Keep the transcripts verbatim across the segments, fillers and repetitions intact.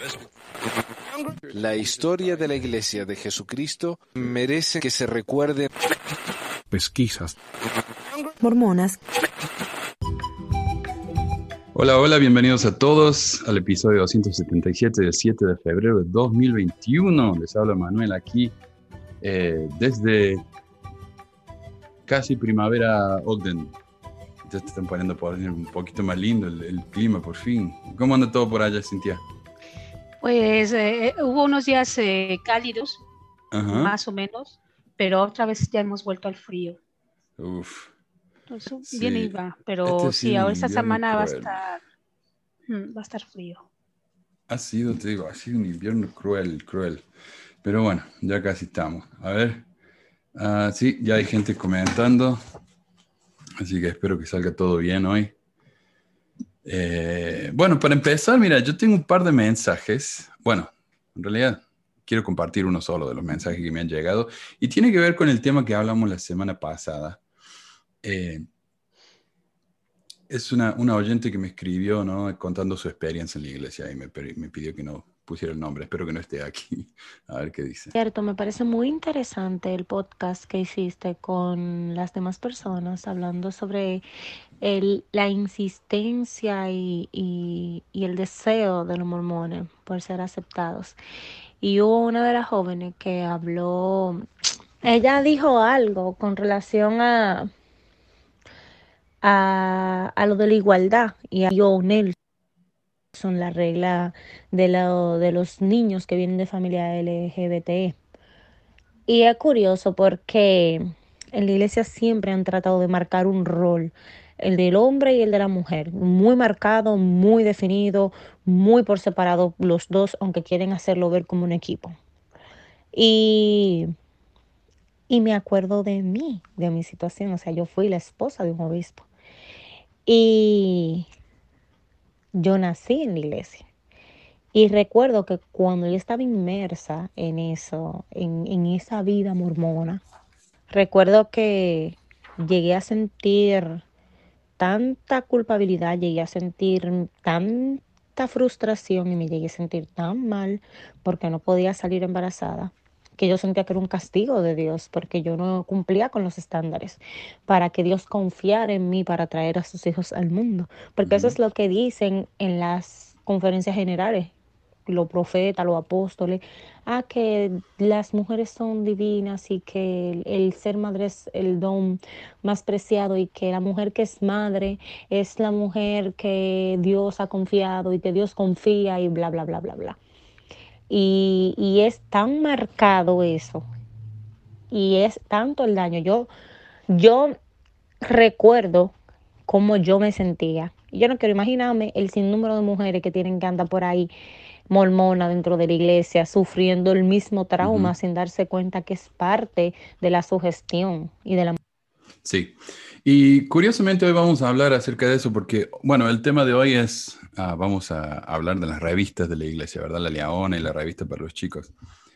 La historia de la Iglesia de Jesucristo merece que se recuerde. Pesquisas mormonas. Hola, hola, bienvenidos a todos al episodio doscientos setenta y siete del siete de febrero de dos mil veintiuno. Les habla Manuel aquí eh, desde casi primavera Ogden. Ya te están poniendo por un poquito más lindo el, el clima por fin. ¿Cómo anda todo por allá, Cintia? Pues eh, hubo unos días eh, cálidos, Ajá. más o menos, pero otra vez ya hemos vuelto al frío. Uf. Entonces, Sí. viene y va, pero Este ha sí, sido ahora un esta invierno semana va a cruel. estar, mm, va a estar frío. Ha sido, te digo, ha sido un invierno cruel, cruel. Pero bueno, ya casi estamos. A ver. Uh, sí, ya hay gente comentando. Así que espero que salga todo bien hoy. Eh, bueno, para empezar, mira, yo tengo un par de mensajes. Bueno, en realidad quiero compartir uno solo de los mensajes que me han llegado. Y tiene que ver con el tema que hablamos la semana pasada. Eh, es una, una oyente que me escribió, ¿no? Contando su experiencia en la iglesia y me, me pidió que no pusiera el nombre. Espero que no esté aquí. A ver qué dice. Cierto, me parece muy interesante el podcast que hiciste con las demás personas hablando sobre el, la insistencia y, y, y el deseo de los mormones por ser aceptados. Y hubo una de las jóvenes que habló, ella dijo algo con relación a, a, a lo de la igualdad y a Nelson, la regla de, lo, de los niños que vienen de familia L G B T. Y es curioso porque en la iglesia siempre han tratado de marcar un rol, el del hombre y el de la mujer, muy marcado, muy definido, muy por separado los dos, aunque quieren hacerlo ver como un equipo. Y, y me acuerdo de mí, de mi situación, o sea, yo fui la esposa de un obispo. Y yo nací en la iglesia. Y recuerdo que cuando yo estaba inmersa en eso, en, en esa vida mormona, recuerdo que llegué a sentir tanta culpabilidad, llegué a sentir tanta frustración y me llegué a sentir tan mal porque no podía salir embarazada, que yo sentía que era un castigo de Dios porque yo no cumplía con los estándares para que Dios confiara en mí para traer a sus hijos al mundo. Porque uh-huh. Eso es lo que dicen en las conferencias generales, los profetas, los apóstoles, ah, que las mujeres son divinas y que el, el ser madre es el don más preciado y que la mujer que es madre es la mujer que Dios ha confiado y que Dios confía y bla, bla, bla, bla, bla. Y, y es tan marcado eso y es tanto el daño. Yo, yo recuerdo cómo yo me sentía. Yo no quiero imaginarme el sinnúmero de mujeres que tienen que andar por ahí mormona dentro de la iglesia, sufriendo el mismo trauma uh-huh. sin darse cuenta que es parte de la sugestión y de la... Sí, y curiosamente hoy vamos a hablar acerca de eso porque, bueno, el tema de hoy es, uh, vamos a hablar de las revistas de la iglesia, ¿verdad? La Leona y la revista para los chicos.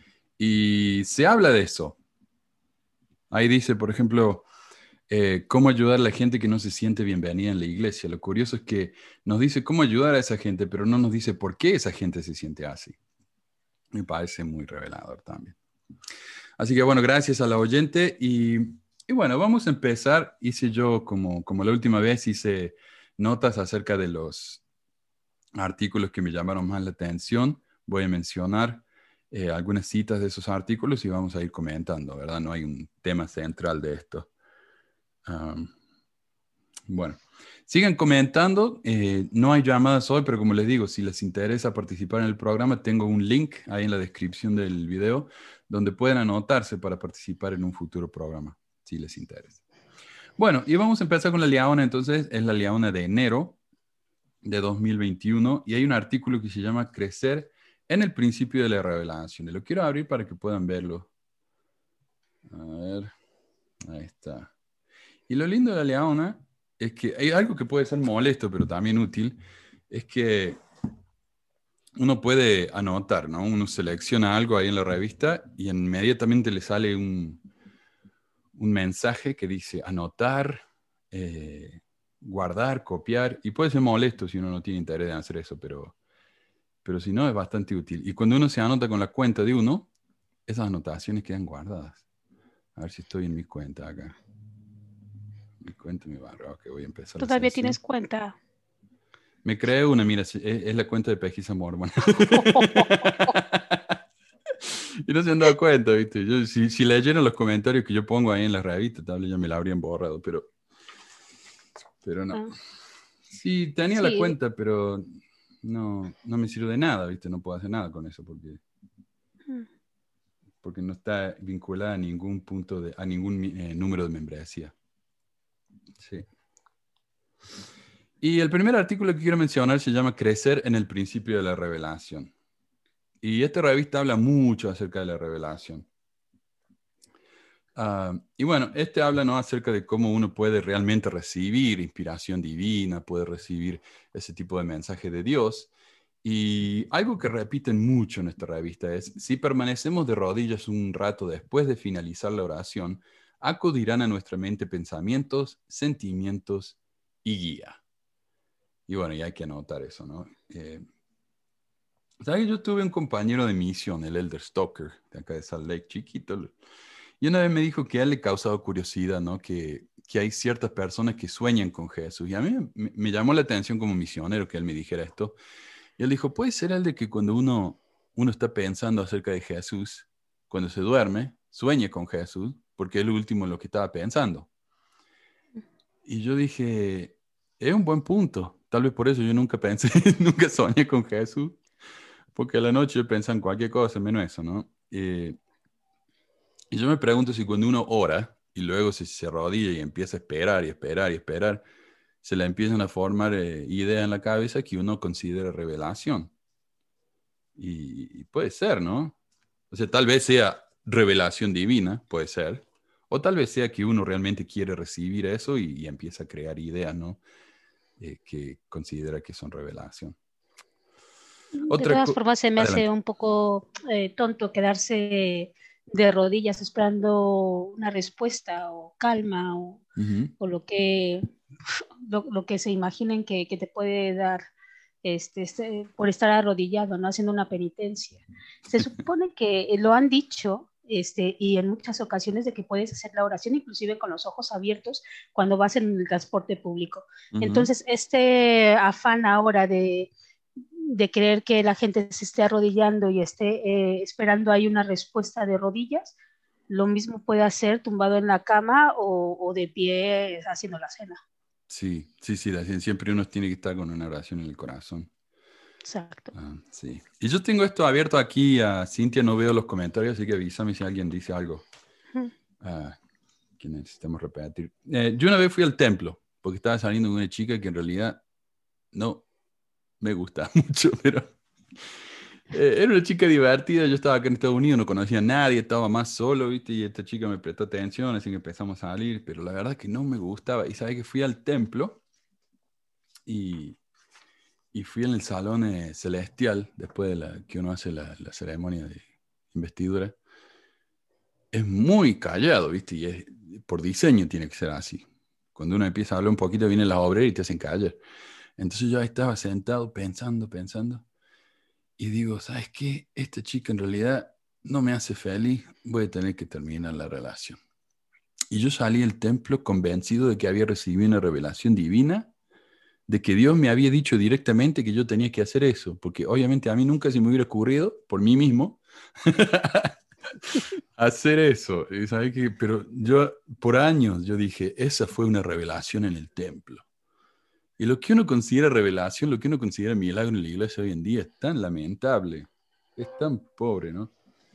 Y se habla de eso. Ahí dice, por ejemplo, eh, cómo ayudar a la gente que no se siente bienvenida en la iglesia. Lo curioso es que nos dice cómo ayudar a esa gente, pero no nos dice por qué esa gente se siente así. Me parece muy revelador también. Así que bueno, gracias a la oyente y, y bueno, vamos a empezar. Hice yo, como, como la última vez, hice notas acerca de los artículos que me llamaron más la atención. Voy a mencionar eh, algunas citas de esos artículos y vamos a ir comentando, ¿verdad? No hay un tema central de esto. Um, bueno, sigan comentando. Eh, no hay llamadas hoy, pero como les digo, si les interesa participar en el programa, tengo un link ahí en la descripción del video donde pueden anotarse para participar en un futuro programa, si les interesa. Bueno, y vamos a empezar con la Leona. Entonces, es la Leona de enero de dos mil veintiuno y hay un artículo que se llama Crecer en el principio de la revelación. Y lo quiero abrir para que puedan verlo. A ver, ahí está. Y lo lindo de la Leona es que hay algo que puede ser molesto, pero también útil, es que uno puede anotar, ¿no? Uno selecciona algo ahí en la revista y inmediatamente le sale un, un mensaje que dice anotar, eh, guardar, copiar, y puede ser molesto si uno no tiene interés en hacer eso, pero pero si no es bastante útil. Y cuando uno se anota con la cuenta de uno, esas anotaciones quedan guardadas. A ver si estoy en mi cuenta acá. Mi cuenta, mi barrio. Ok, voy a empezar. ¿Todavía tienes cuenta? Me creé una, mira, es, es la cuenta de Pesquisa Mormon. Y no se han dado cuenta, ¿viste? Yo, si, si leyeron los comentarios que yo pongo ahí en la revista, tal vez ya me la habrían borrado, pero, pero no. Ah. Sí, tenía Sí. la cuenta, pero no, no me sirve de nada, ¿viste? No puedo hacer nada con eso porque, porque no está vinculada a ningún punto, de, a ningún eh, número de membresía. Sí. Y el primer artículo que quiero mencionar se llama Crecer en el principio de la revelación. Y esta revista habla mucho acerca de la revelación. Uh, y bueno, este habla, ¿no?, acerca de cómo uno puede realmente recibir inspiración divina, puede recibir ese tipo de mensaje de Dios. Y algo que repiten mucho en esta revista es, si permanecemos de rodillas un rato después de finalizar la oración, acudirán a nuestra mente pensamientos, sentimientos y guía. Y bueno, y hay que anotar eso, ¿no? Eh, ¿sabes? Yo tuve un compañero de misión, el Elder Stoker, de acá de Salt Lake, chiquito. Y una vez me dijo que a él le causaba curiosidad, ¿no? Que, que hay ciertas personas que sueñan con Jesús. Y a mí me, me llamó la atención como misionero que él me dijera esto. Y él dijo, ¿puede ser el de que cuando uno, uno está pensando acerca de Jesús, cuando se duerme, sueñe con Jesús? Porque es lo último en lo que estaba pensando. Y yo dije, es un buen punto. Tal vez por eso yo nunca pensé, nunca soñé con Jesús. Porque a la noche yo pensaba en cualquier cosa, menos eso, ¿no? Eh, y yo me pregunto si cuando uno ora y luego se, se arrodilla y empieza a esperar y esperar y esperar, se le empiezan a formar eh, ideas en la cabeza que uno considera revelación. Y, y puede ser, ¿no? O sea, tal vez sea revelación divina, puede ser. O tal vez sea que uno realmente quiere recibir eso y, y empieza a crear ideas, ¿no? Eh, que considera que son revelación. De todas formas, se me Adelante. hace un poco eh, tonto quedarse de rodillas esperando una respuesta o calma o, uh-huh. o lo, que, lo, lo que se imaginen que, que te puede dar este, este, por estar arrodillado, ¿no? Haciendo una penitencia. Se supone que lo han dicho este, y en muchas ocasiones de que puedes hacer la oración inclusive con los ojos abiertos cuando vas en el transporte público. Uh-huh. Entonces, este afán ahora de de creer que la gente se esté arrodillando y esté eh, esperando ahí una respuesta de rodillas, lo mismo puede hacer tumbado en la cama o, o de pie haciendo la cena. Sí, sí, sí, siempre uno tiene que estar con una oración en el corazón. Exacto. Ah, sí. Y yo tengo esto abierto aquí a Cintia, no veo los comentarios, así que avísame si alguien dice algo uh-huh. ah, que necesitamos repetir. Eh, yo una vez fui al templo, porque estaba saliendo con una chica que en realidad no me gusta mucho, pero eh, era una chica divertida. Yo estaba acá en Estados Unidos, no conocía a nadie, estaba más solo, ¿viste? Y esta chica me prestó atención, así que empezamos a salir, pero la verdad es que no me gustaba. Y sabes que fui al templo y, y fui en el salón eh, celestial, después de la, que uno hace la, la ceremonia de investidura. Es muy callado, ¿viste? Y es, por diseño tiene que ser así. Cuando uno empieza a hablar un poquito, vienen las obreras y te hacen callar. Entonces yo ahí estaba sentado pensando, pensando, y digo, ¿sabes qué? Esta chica en realidad no me hace feliz, voy a tener que terminar la relación. Y yo salí del templo convencido de que había recibido una revelación divina, de que Dios me había dicho directamente que yo tenía que hacer eso, porque obviamente a mí nunca se me hubiera ocurrido, por mí mismo, hacer eso. Y ¿sabes qué? Pero yo, por años, yo dije, esa fue una revelación en el templo. Y lo que uno considera revelación, lo que uno considera milagro en la iglesia hoy en día es tan lamentable, es tan pobre, ¿no?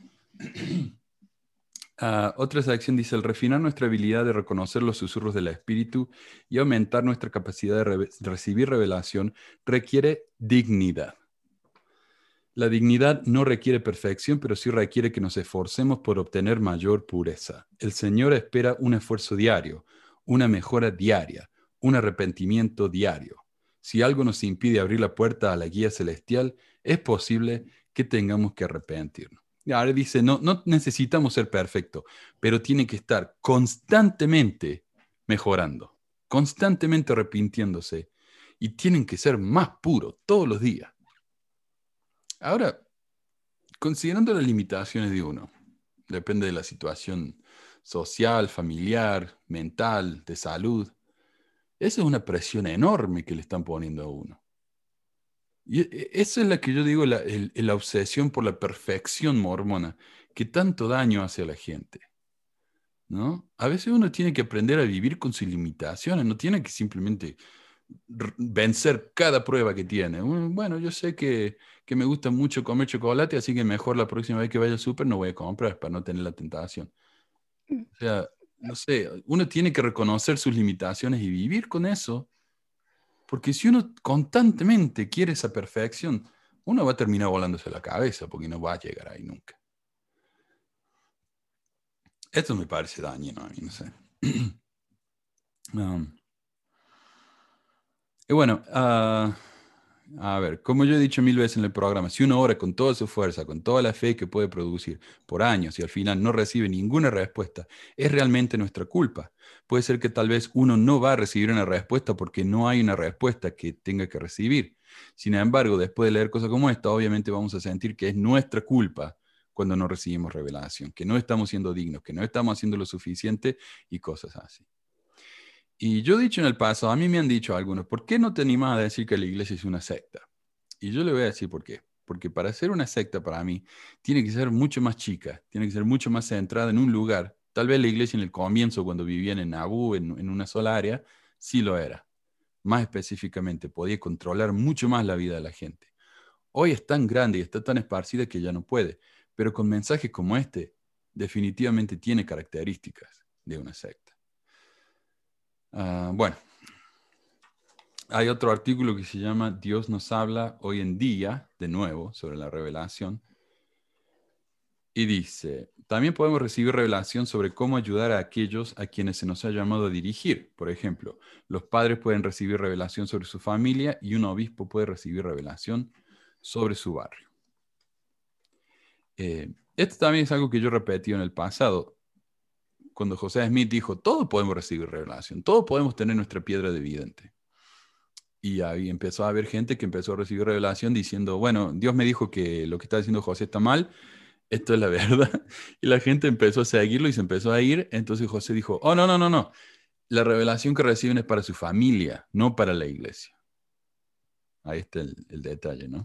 uh, otra sección dice, el refinar nuestra habilidad de reconocer los susurros del Espíritu y aumentar nuestra capacidad de re- recibir revelación requiere dignidad. La dignidad no requiere perfección, pero sí requiere que nos esforcemos por obtener mayor pureza. El Señor espera un esfuerzo diario, una mejora diaria, un arrepentimiento diario. Si algo nos impide abrir la puerta a la guía celestial, es posible que tengamos que arrepentirnos. Y ahora dice, no, no necesitamos ser perfectos, pero tiene que estar constantemente mejorando, constantemente arrepintiéndose, y tienen que ser más puros todos los días. Ahora, considerando las limitaciones de uno, depende de la situación social, familiar, mental, de salud, esa es una presión enorme que le están poniendo a uno. Y esa es la que yo digo, la, el, la obsesión por la perfección mormona, que tanto daño hace a la gente, ¿no? A veces uno tiene que aprender a vivir con sus limitaciones, no tiene que simplemente vencer cada prueba que tiene. Bueno, yo sé que, que me gusta mucho comer chocolate, así que mejor la próxima vez que vaya al súper no voy a comprar para no tener la tentación. O sea, no sé, uno tiene que reconocer sus limitaciones y vivir con eso, porque si uno constantemente quiere esa perfección, uno va a terminar volándose la cabeza porque no va a llegar ahí nunca. Esto me parece dañino a mí, no sé. um, y bueno, uh, a ver, como yo he dicho mil veces en el programa, si uno ora con toda su fuerza, con toda la fe que puede producir por años y al final no recibe ninguna respuesta, es realmente nuestra culpa. Puede ser que tal vez uno no va a recibir una respuesta porque no hay una respuesta que tenga que recibir. Sin embargo, después de leer cosas como esta, obviamente vamos a sentir que es nuestra culpa cuando no recibimos revelación, que no estamos siendo dignos, que no estamos haciendo lo suficiente y cosas así. Y yo he dicho en el pasado, a mí me han dicho algunos, ¿por qué no te animas a decir que la iglesia es una secta? Y yo le voy a decir por qué. Porque para ser una secta para mí, tiene que ser mucho más chica, tiene que ser mucho más centrada en un lugar. Tal vez la iglesia en el comienzo, cuando vivían en Nabú, en, en una sola área, sí lo era. Más específicamente, podía controlar mucho más la vida de la gente. Hoy es tan grande y está tan esparcida que ya no puede. Pero con mensajes como este, definitivamente tiene características de una secta. Uh, bueno, hay otro artículo que se llama Dios nos habla hoy en día, de nuevo, sobre la revelación. Y dice, también podemos recibir revelación sobre cómo ayudar a aquellos a quienes se nos ha llamado a dirigir. Por ejemplo, los padres pueden recibir revelación sobre su familia y un obispo puede recibir revelación sobre su barrio. Eh, esto también es algo que yo repetí en el pasado. Cuando José Smith dijo, todos podemos recibir revelación, todos podemos tener nuestra piedra de vidente. Y ahí empezó a haber gente que empezó a recibir revelación diciendo, bueno, Dios me dijo que lo que está diciendo José está mal, esto es la verdad. Y la gente empezó a seguirlo y se empezó a ir. Entonces José dijo, oh, no, no, no, no. La revelación que reciben es para su familia, no para la iglesia. Ahí está el, el detalle, ¿no?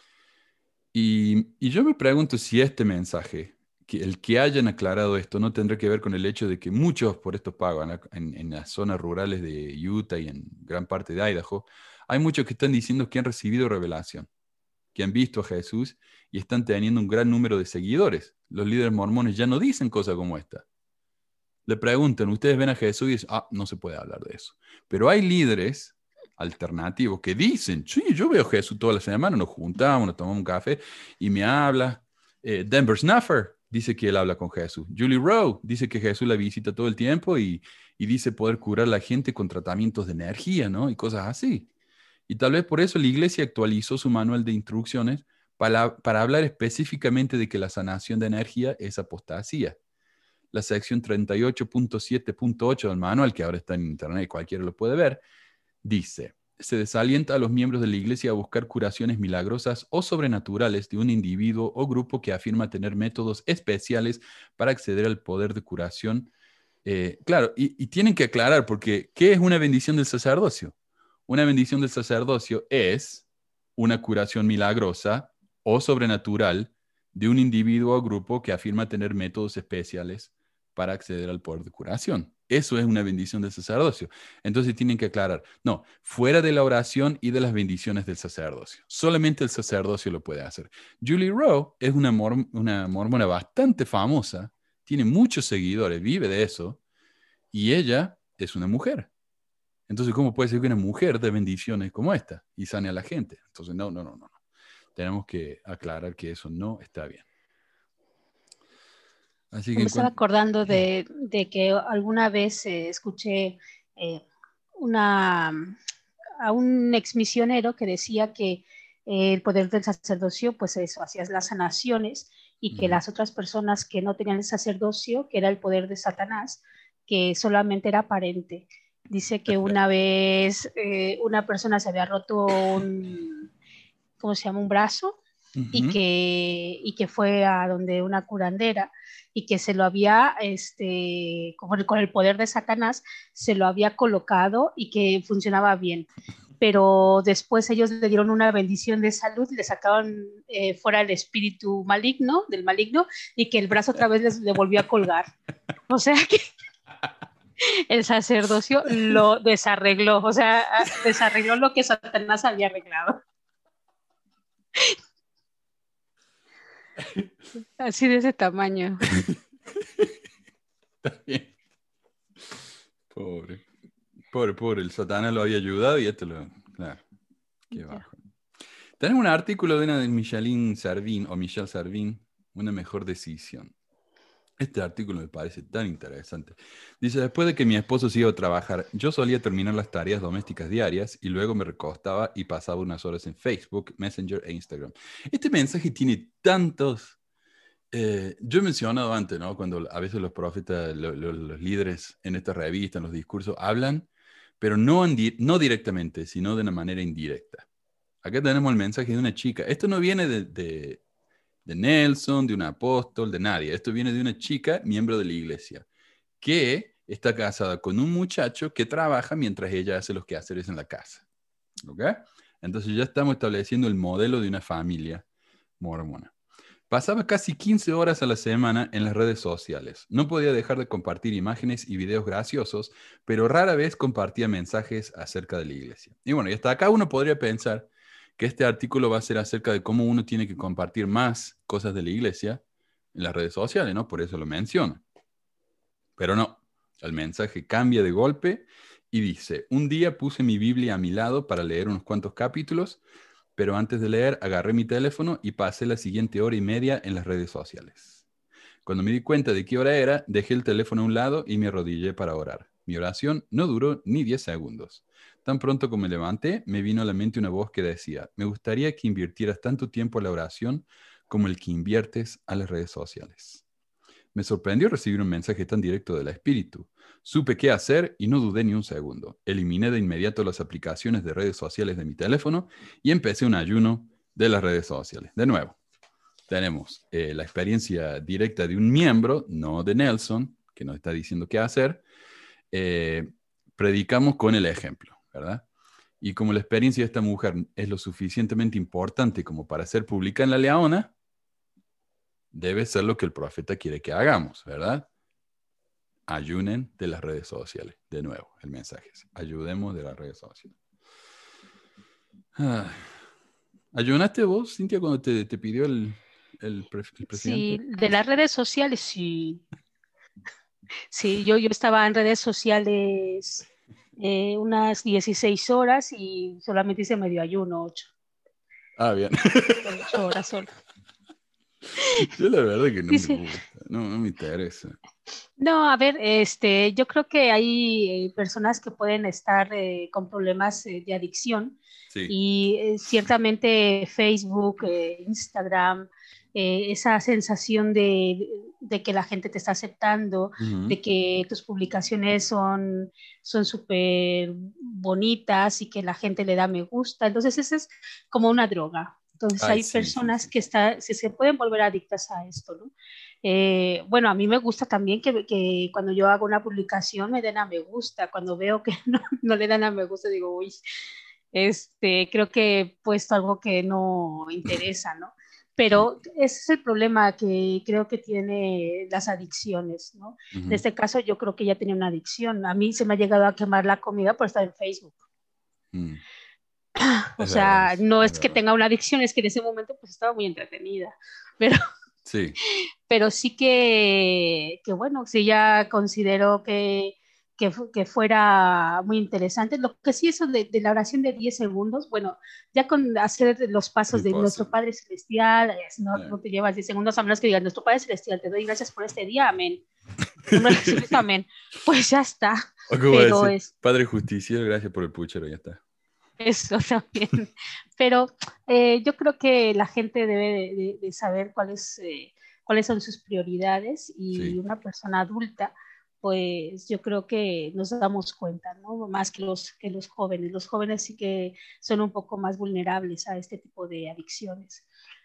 Y, y yo me pregunto si este mensaje, que el que hayan aclarado esto, no tendrá que ver con el hecho de que muchos por estos pagos en, en las zonas rurales de Utah y en gran parte de Idaho, hay muchos que están diciendo que han recibido revelación, que han visto a Jesús y están teniendo un gran número de seguidores. Los líderes mormones ya no dicen cosas como esta. Le preguntan, ¿ustedes ven a Jesús? Y dicen, ah, no se puede hablar de eso. Pero hay líderes alternativos que dicen, sí, yo veo a Jesús toda la semana, nos juntamos, nos tomamos un café y me habla. Eh, Denver Snuffer dice que él habla con Jesús. Julie Rowe dice que Jesús la visita todo el tiempo y, y dice poder curar a la gente con tratamientos de energía, ¿no? Y cosas así. Y tal vez por eso la iglesia actualizó su manual de instrucciones para, para hablar específicamente de que la sanación de energía es apostasía. La sección treinta y ocho punto siete punto ocho del manual, que ahora está en internet, cualquiera lo puede ver, dice, se desalienta a los miembros de la iglesia a buscar curaciones milagrosas o sobrenaturales de un individuo o grupo que afirma tener métodos especiales para acceder al poder de curación. Eh, claro, y, y tienen que aclarar, porque ¿qué es una bendición del sacerdocio? Una bendición del sacerdocio es una curación milagrosa o sobrenatural de un individuo o grupo que afirma tener métodos especiales para acceder al poder de curación. Eso es una bendición del sacerdocio. Entonces tienen que aclarar, no, fuera de la oración y de las bendiciones del sacerdocio. Solamente el sacerdocio lo puede hacer. Julie Rowe es una, mor una mormona bastante famosa, tiene muchos seguidores, vive de eso, y ella es una mujer. Entonces, ¿cómo puede ser que una mujer dé bendiciones como esta y sane a la gente? Entonces, no, no, no, no. Tenemos que aclarar que eso no está bien. Así que me estaba acordando de, de que alguna vez eh, escuché eh, una, a un ex misionero que decía que eh, el poder del sacerdocio, pues eso, hacía las sanaciones y que uh-huh. las otras personas que no tenían el sacerdocio, que era el poder de Satanás, que solamente era aparente. Dice que una vez eh, una persona se había roto un, ¿cómo se llama? Un brazo. uh-huh. y, que, y que fue a donde una curandera y que se lo había, este, con, con el poder de Satanás, se lo había colocado y que funcionaba bien. Pero después ellos le dieron una bendición de salud, le sacaron eh, fuera el espíritu maligno, del maligno, y que el brazo otra vez les, le volvió a colgar. O sea que el sacerdocio lo desarregló, o sea, desarregló lo que Satanás había arreglado. Así de ese tamaño. Está bien. Pobre. Pobre, pobre. El Satanás lo había ayudado y esto lo... Claro. Qué bajo. Tenemos un artículo de una de Micheline Servin, o Michelle Servin, Una mejor decisión. Este artículo me parece tan interesante. Dice, después de que mi esposo se iba a trabajar, yo solía terminar las tareas domésticas diarias y luego me recostaba y pasaba unas horas en Facebook, Messenger e Instagram. Este mensaje tiene tantos... Eh, yo he mencionado antes, ¿no? Cuando a veces los profetas, lo, lo, los líderes en esta revista, en los discursos, hablan, pero no, di- no directamente, sino de una manera indirecta. Acá tenemos el mensaje de una chica. Esto no viene de... de de Nelson, de un apóstol, de nadie. Esto viene de una chica, miembro de la iglesia, que está casada con un muchacho que trabaja mientras ella hace los quehaceres en la casa. ¿Ok? Entonces ya estamos estableciendo el modelo de una familia mormona. Pasaba casi quince horas a la semana en las redes sociales. No podía dejar de compartir imágenes y videos graciosos, pero rara vez compartía mensajes acerca de la iglesia. Y bueno, y hasta acá uno podría pensar que este artículo va a ser acerca de cómo uno tiene que compartir más cosas de la iglesia en las redes sociales, ¿no? Por eso lo menciona. Pero no, el mensaje cambia de golpe y dice, un día puse mi Biblia a mi lado para leer unos cuantos capítulos, pero antes de leer agarré mi teléfono y pasé la siguiente hora y media en las redes sociales. Cuando me di cuenta de qué hora era, dejé el teléfono a un lado y me arrodillé para orar. Mi oración no duró ni diez segundos. Tan pronto como me levanté, me vino a la mente una voz que decía, me gustaría que invirtieras tanto tiempo a la oración como el que inviertes a las redes sociales. Me sorprendió recibir un mensaje tan directo del Espíritu. Supe qué hacer y no dudé ni un segundo. Eliminé de inmediato las aplicaciones de redes sociales de mi teléfono y empecé un ayuno de las redes sociales. De nuevo, tenemos eh, la experiencia directa de un miembro, no de Nelson, que nos está diciendo qué hacer. Eh, predicamos con el ejemplo, ¿verdad? Y como la experiencia de esta mujer es lo suficientemente importante como para ser pública en La Leona, debe ser lo que el profeta quiere que hagamos, ¿verdad? Ayunen de las redes sociales. De nuevo, el mensaje es, ayudemos de las redes sociales. Ah. ¿Ayunaste vos, Cintia, cuando te, te pidió el, el, pre, el presidente? Sí, de las redes sociales, sí. Sí, yo, yo estaba en redes sociales eh, unas dieciséis horas y solamente hice medio ayuno, ocho. Ah, bien. ocho horas solo. Yo la verdad que no sí, me gusta, no, no me interesa. No, a ver, este, yo creo que hay eh, personas que pueden estar eh, con problemas eh, de adicción sí. y eh, ciertamente Facebook, eh, Instagram, eh, esa sensación de, de que la gente te está aceptando, uh-huh. de que tus publicaciones son son súper bonitas y que la gente le da me gusta, entonces esa es como una droga. Entonces Ay, hay sí, personas sí, sí. que está, se, se pueden volver adictas a esto, ¿no? Eh, bueno, a mí me gusta también que, que cuando yo hago una publicación me den a me gusta. Cuando veo que no, no le dan a me gusta, digo, uy, este, creo que he puesto algo que no interesa, ¿no? Pero ese es el problema que creo que tiene las adicciones, ¿no? Uh-huh. En este caso yo creo que ella tenía una adicción. A mí se me ha llegado a quemar la comida por estar en Facebook. Mm. O es sea, verdad, no es, es que tenga una adicción, es que en ese momento pues estaba muy entretenida, pero sí, pero sí que, que bueno, sí ya considero que, que, que fuera muy interesante. Lo que sí, eso de, de la oración de diez segundos, bueno, ya con hacer los pasos de nuestro Padre Celestial, no, yeah. no te llevas diez segundos, a menos que digas, nuestro Padre Celestial, te doy gracias por este día, amén. amén. Pues ya está. Pero es... Padre Justiciero, gracias por el puchero, ya está. Eso también, pero eh, yo creo que la gente debe de, de, de saber cuáles, eh, cuáles son sus prioridades y sí. Una persona adulta, pues yo creo que nos damos cuenta, ¿no? Más que los, que los jóvenes. Los jóvenes sí que son un poco más vulnerables a este tipo de adicciones.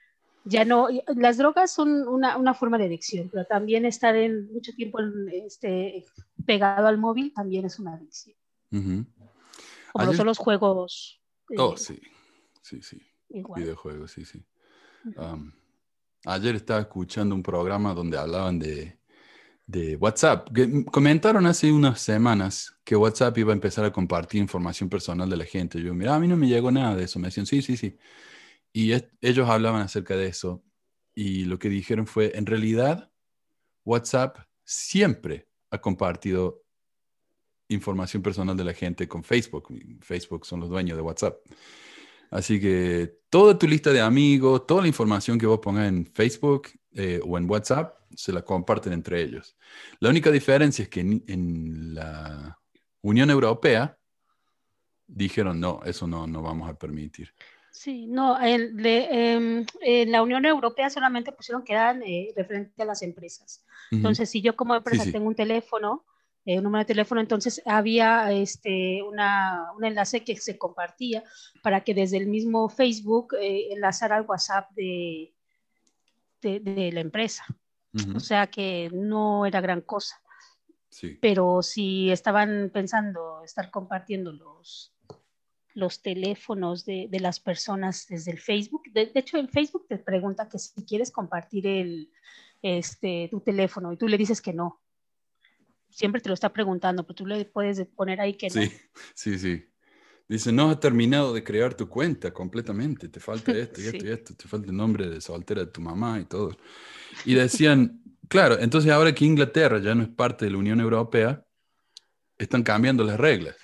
ya no, las drogas son una, una forma de adicción, pero también estar en mucho tiempo en, este, pegado al móvil también es una adicción. Uh-huh. Como Ayer... lo son los juegos. Eh, oh, sí, sí, sí. Igual. Videojuegos, sí, sí. Uh-huh. Um, ayer estaba escuchando un programa donde hablaban de, de WhatsApp. Que comentaron hace unas semanas que WhatsApp iba a empezar a compartir información personal de la gente. Yo, mira, a mí no me llegó nada de eso. Me decían, sí, sí, sí. Y es, ellos hablaban acerca de eso. Y lo que dijeron fue, en realidad, WhatsApp siempre ha compartido información personal de la gente con Facebook. Facebook son los dueños de WhatsApp. Así que toda tu lista de amigos, toda la información que vos pongas en Facebook eh, o en WhatsApp, se la comparten entre ellos. La única diferencia es que en, en la Unión Europea dijeron, no, eso no, no vamos a permitir. Sí, no, el, de, eh, en la Unión Europea solamente pusieron que eran eh, referente a las empresas. Uh-huh. Entonces, si yo como empresa sí, sí. tengo un teléfono, eh, un número de teléfono, entonces había este, una, un enlace que se compartía para que desde el mismo Facebook eh, enlazara al WhatsApp de, de, de la empresa. Uh-huh. O sea que no era gran cosa. Sí. Pero si estaban pensando estar compartiendo los los teléfonos de, de las personas desde el Facebook. De, de hecho, en Facebook te pregunta que si quieres compartir el, este, tu teléfono y tú le dices que no. Siempre te lo está preguntando, pero tú le puedes poner ahí que no. Sí, sí, sí. Dice, no has terminado de crear tu cuenta completamente. Te falta esto y sí. esto y esto. Te falta el nombre de soltera de tu mamá y todo. Y decían, claro, entonces ahora que Inglaterra ya no es parte de la Unión Europea, están cambiando las reglas.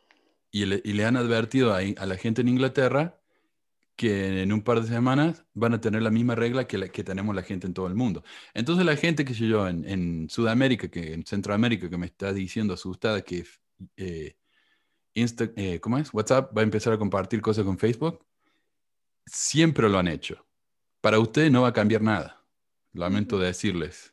Y le, y le han advertido a, a la gente en Inglaterra que en un par de semanas van a tener la misma regla que, la, que tenemos la gente en todo el mundo. Entonces la gente, que sé yo, en, en Sudamérica, que en Centroamérica, que me está diciendo asustada que eh, Insta, eh, ¿cómo es? WhatsApp va a empezar a compartir cosas con Facebook, siempre lo han hecho. Para ustedes no va a cambiar nada. Lamento uh-huh. decirles.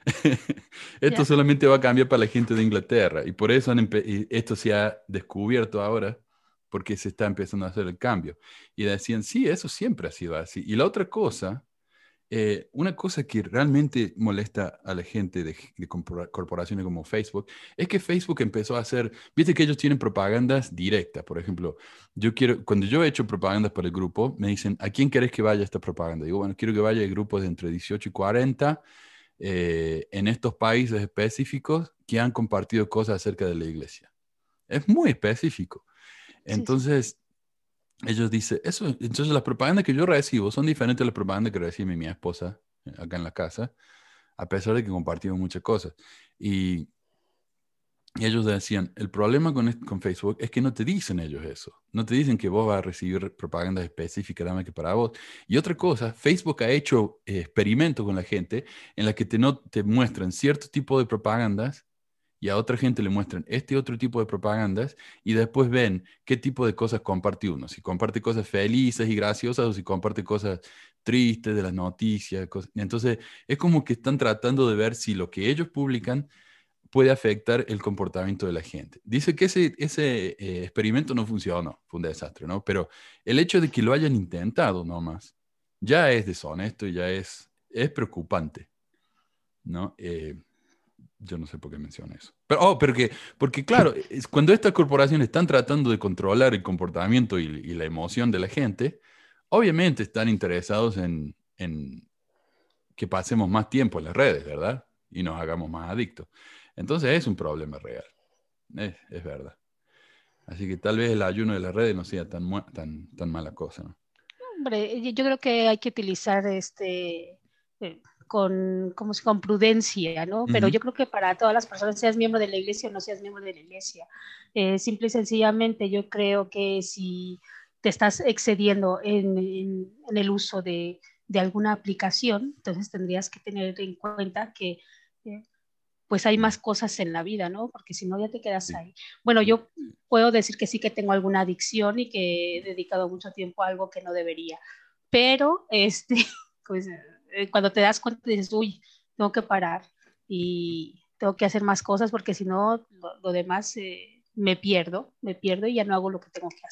Esto yeah. solamente va a cambiar para la gente de Inglaterra y por eso han empe- esto se ha descubierto ahora porque se está empezando a hacer el cambio. Y decían, sí, eso siempre ha sido así. Y la otra cosa, eh, una cosa que realmente molesta a la gente de, de corporaciones como Facebook, es que Facebook empezó a hacer, viste que ellos tienen propagandas directas. Por ejemplo, yo quiero, cuando yo he hecho propagandas para el grupo, me dicen, ¿a quién querés que vaya esta propaganda? Digo, bueno, quiero que vaya el grupo de entre dieciocho y cuarenta, Eh, en estos países específicos que han compartido cosas acerca de la iglesia. Es muy específico. Entonces, sí, sí. ellos dicen, eso, entonces las propagandas que yo recibo son diferentes a las propagandas que recibe mi esposa acá en la casa, a pesar de que compartimos muchas cosas. Y, y ellos decían, el problema con, con Facebook es que no te dicen ellos eso. No te dicen que vos vas a recibir propagandas específicas nada más que para vos. Y otra cosa, Facebook ha hecho eh, experimentos con la gente en la que te, no, te muestran cierto tipo de propagandas y a otra gente le muestran este otro tipo de propagandas y después ven qué tipo de cosas comparte uno. Si comparte cosas felices y graciosas o si comparte cosas tristes de las noticias. Cosas. Entonces, es como que están tratando de ver si lo que ellos publican puede afectar el comportamiento de la gente. Dice que ese, ese eh, experimento no funcionó, fue un desastre, ¿no? Pero el hecho de que lo hayan intentado nomás, ya es deshonesto y ya es, es preocupante, ¿no? Eh, yo no sé por qué menciono eso. Pero, oh, pero que, porque claro, es cuando estas corporaciones están tratando de controlar el comportamiento y, y la emoción de la gente, obviamente están interesados en, en que pasemos más tiempo en las redes, ¿verdad? Y nos hagamos más adictos. Entonces es un problema real, es, es verdad. Así que tal vez el ayuno de las redes no sea tan, tan, tan mala cosa, ¿no? Hombre, yo creo que hay que utilizar este eh, con, como si, con prudencia, ¿no? Uh-huh. Pero yo creo que para todas las personas, seas miembro de la iglesia o no seas miembro de la iglesia, eh, simple y sencillamente yo creo que si te estás excediendo en, en, en el uso de, de alguna aplicación, entonces tendrías que tener en cuenta que eh, pues hay más cosas en la vida, ¿no? Porque si no ya te quedas sí. ahí. Bueno, yo puedo decir que sí que tengo alguna adicción y que he dedicado mucho tiempo a algo que no debería, pero este, pues, eh, cuando te das cuenta dices, uy, tengo que parar y tengo que hacer más cosas porque si no, lo, lo demás eh, me pierdo, me pierdo y ya no hago lo que tengo que hacer.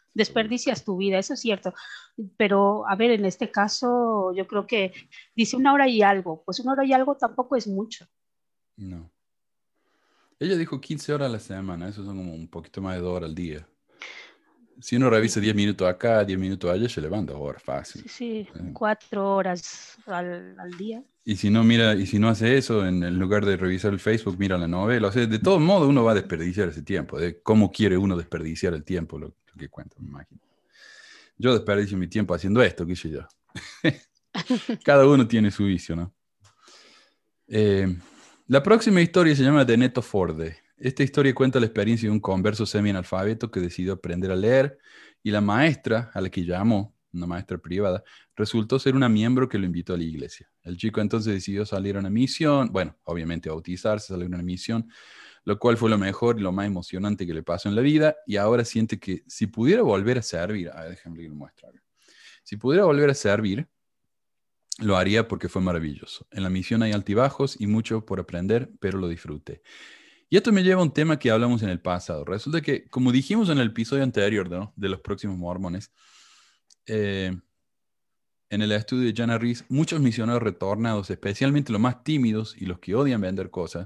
desperdicias tu vida, eso es cierto. Pero, a ver, en este caso, yo creo que dice una hora y algo, pues una hora y algo tampoco es mucho. No. Ella dijo quince horas a la semana, eso son como un poquito más de dos horas al día. Si uno revisa diez minutos acá, diez minutos allá, se levanta dos horas fácil. Sí, sí, eh. cuatro horas al, al día. Y si no mira, y si no hace eso, en, en lugar de revisar el Facebook, mira la novela. O sea, de todos modos uno va a desperdiciar ese tiempo. De cómo quiere uno desperdiciar el tiempo, lo, lo que cuenta, me imagino. Yo desperdicio mi tiempo haciendo esto, qué sé yo. Cada uno tiene su vicio, ¿no? Eh, la próxima historia se llama The Neto Forde. Esta historia cuenta la experiencia de un converso semi-analfabeto que decidió aprender a leer y la maestra a la que llamó, una maestra privada, resultó ser una miembro que lo invitó a la iglesia. El chico entonces decidió salir a una misión, bueno, obviamente bautizarse, salir a una misión, lo cual fue lo mejor y lo más emocionante que le pasó en la vida, y ahora siente que si pudiera volver a servir, a ver, déjame que lo muestre. Si pudiera volver a servir, lo haría porque fue maravilloso. En la misión hay altibajos y mucho por aprender, pero lo disfruté. Y esto me lleva a un tema que hablamos en el pasado. Resulta que, como dijimos en el episodio anterior, ¿no?, de los próximos mormones, eh, en el estudio de Jana Rees, muchos misioneros retornados, especialmente los más tímidos y los que odian vender cosas,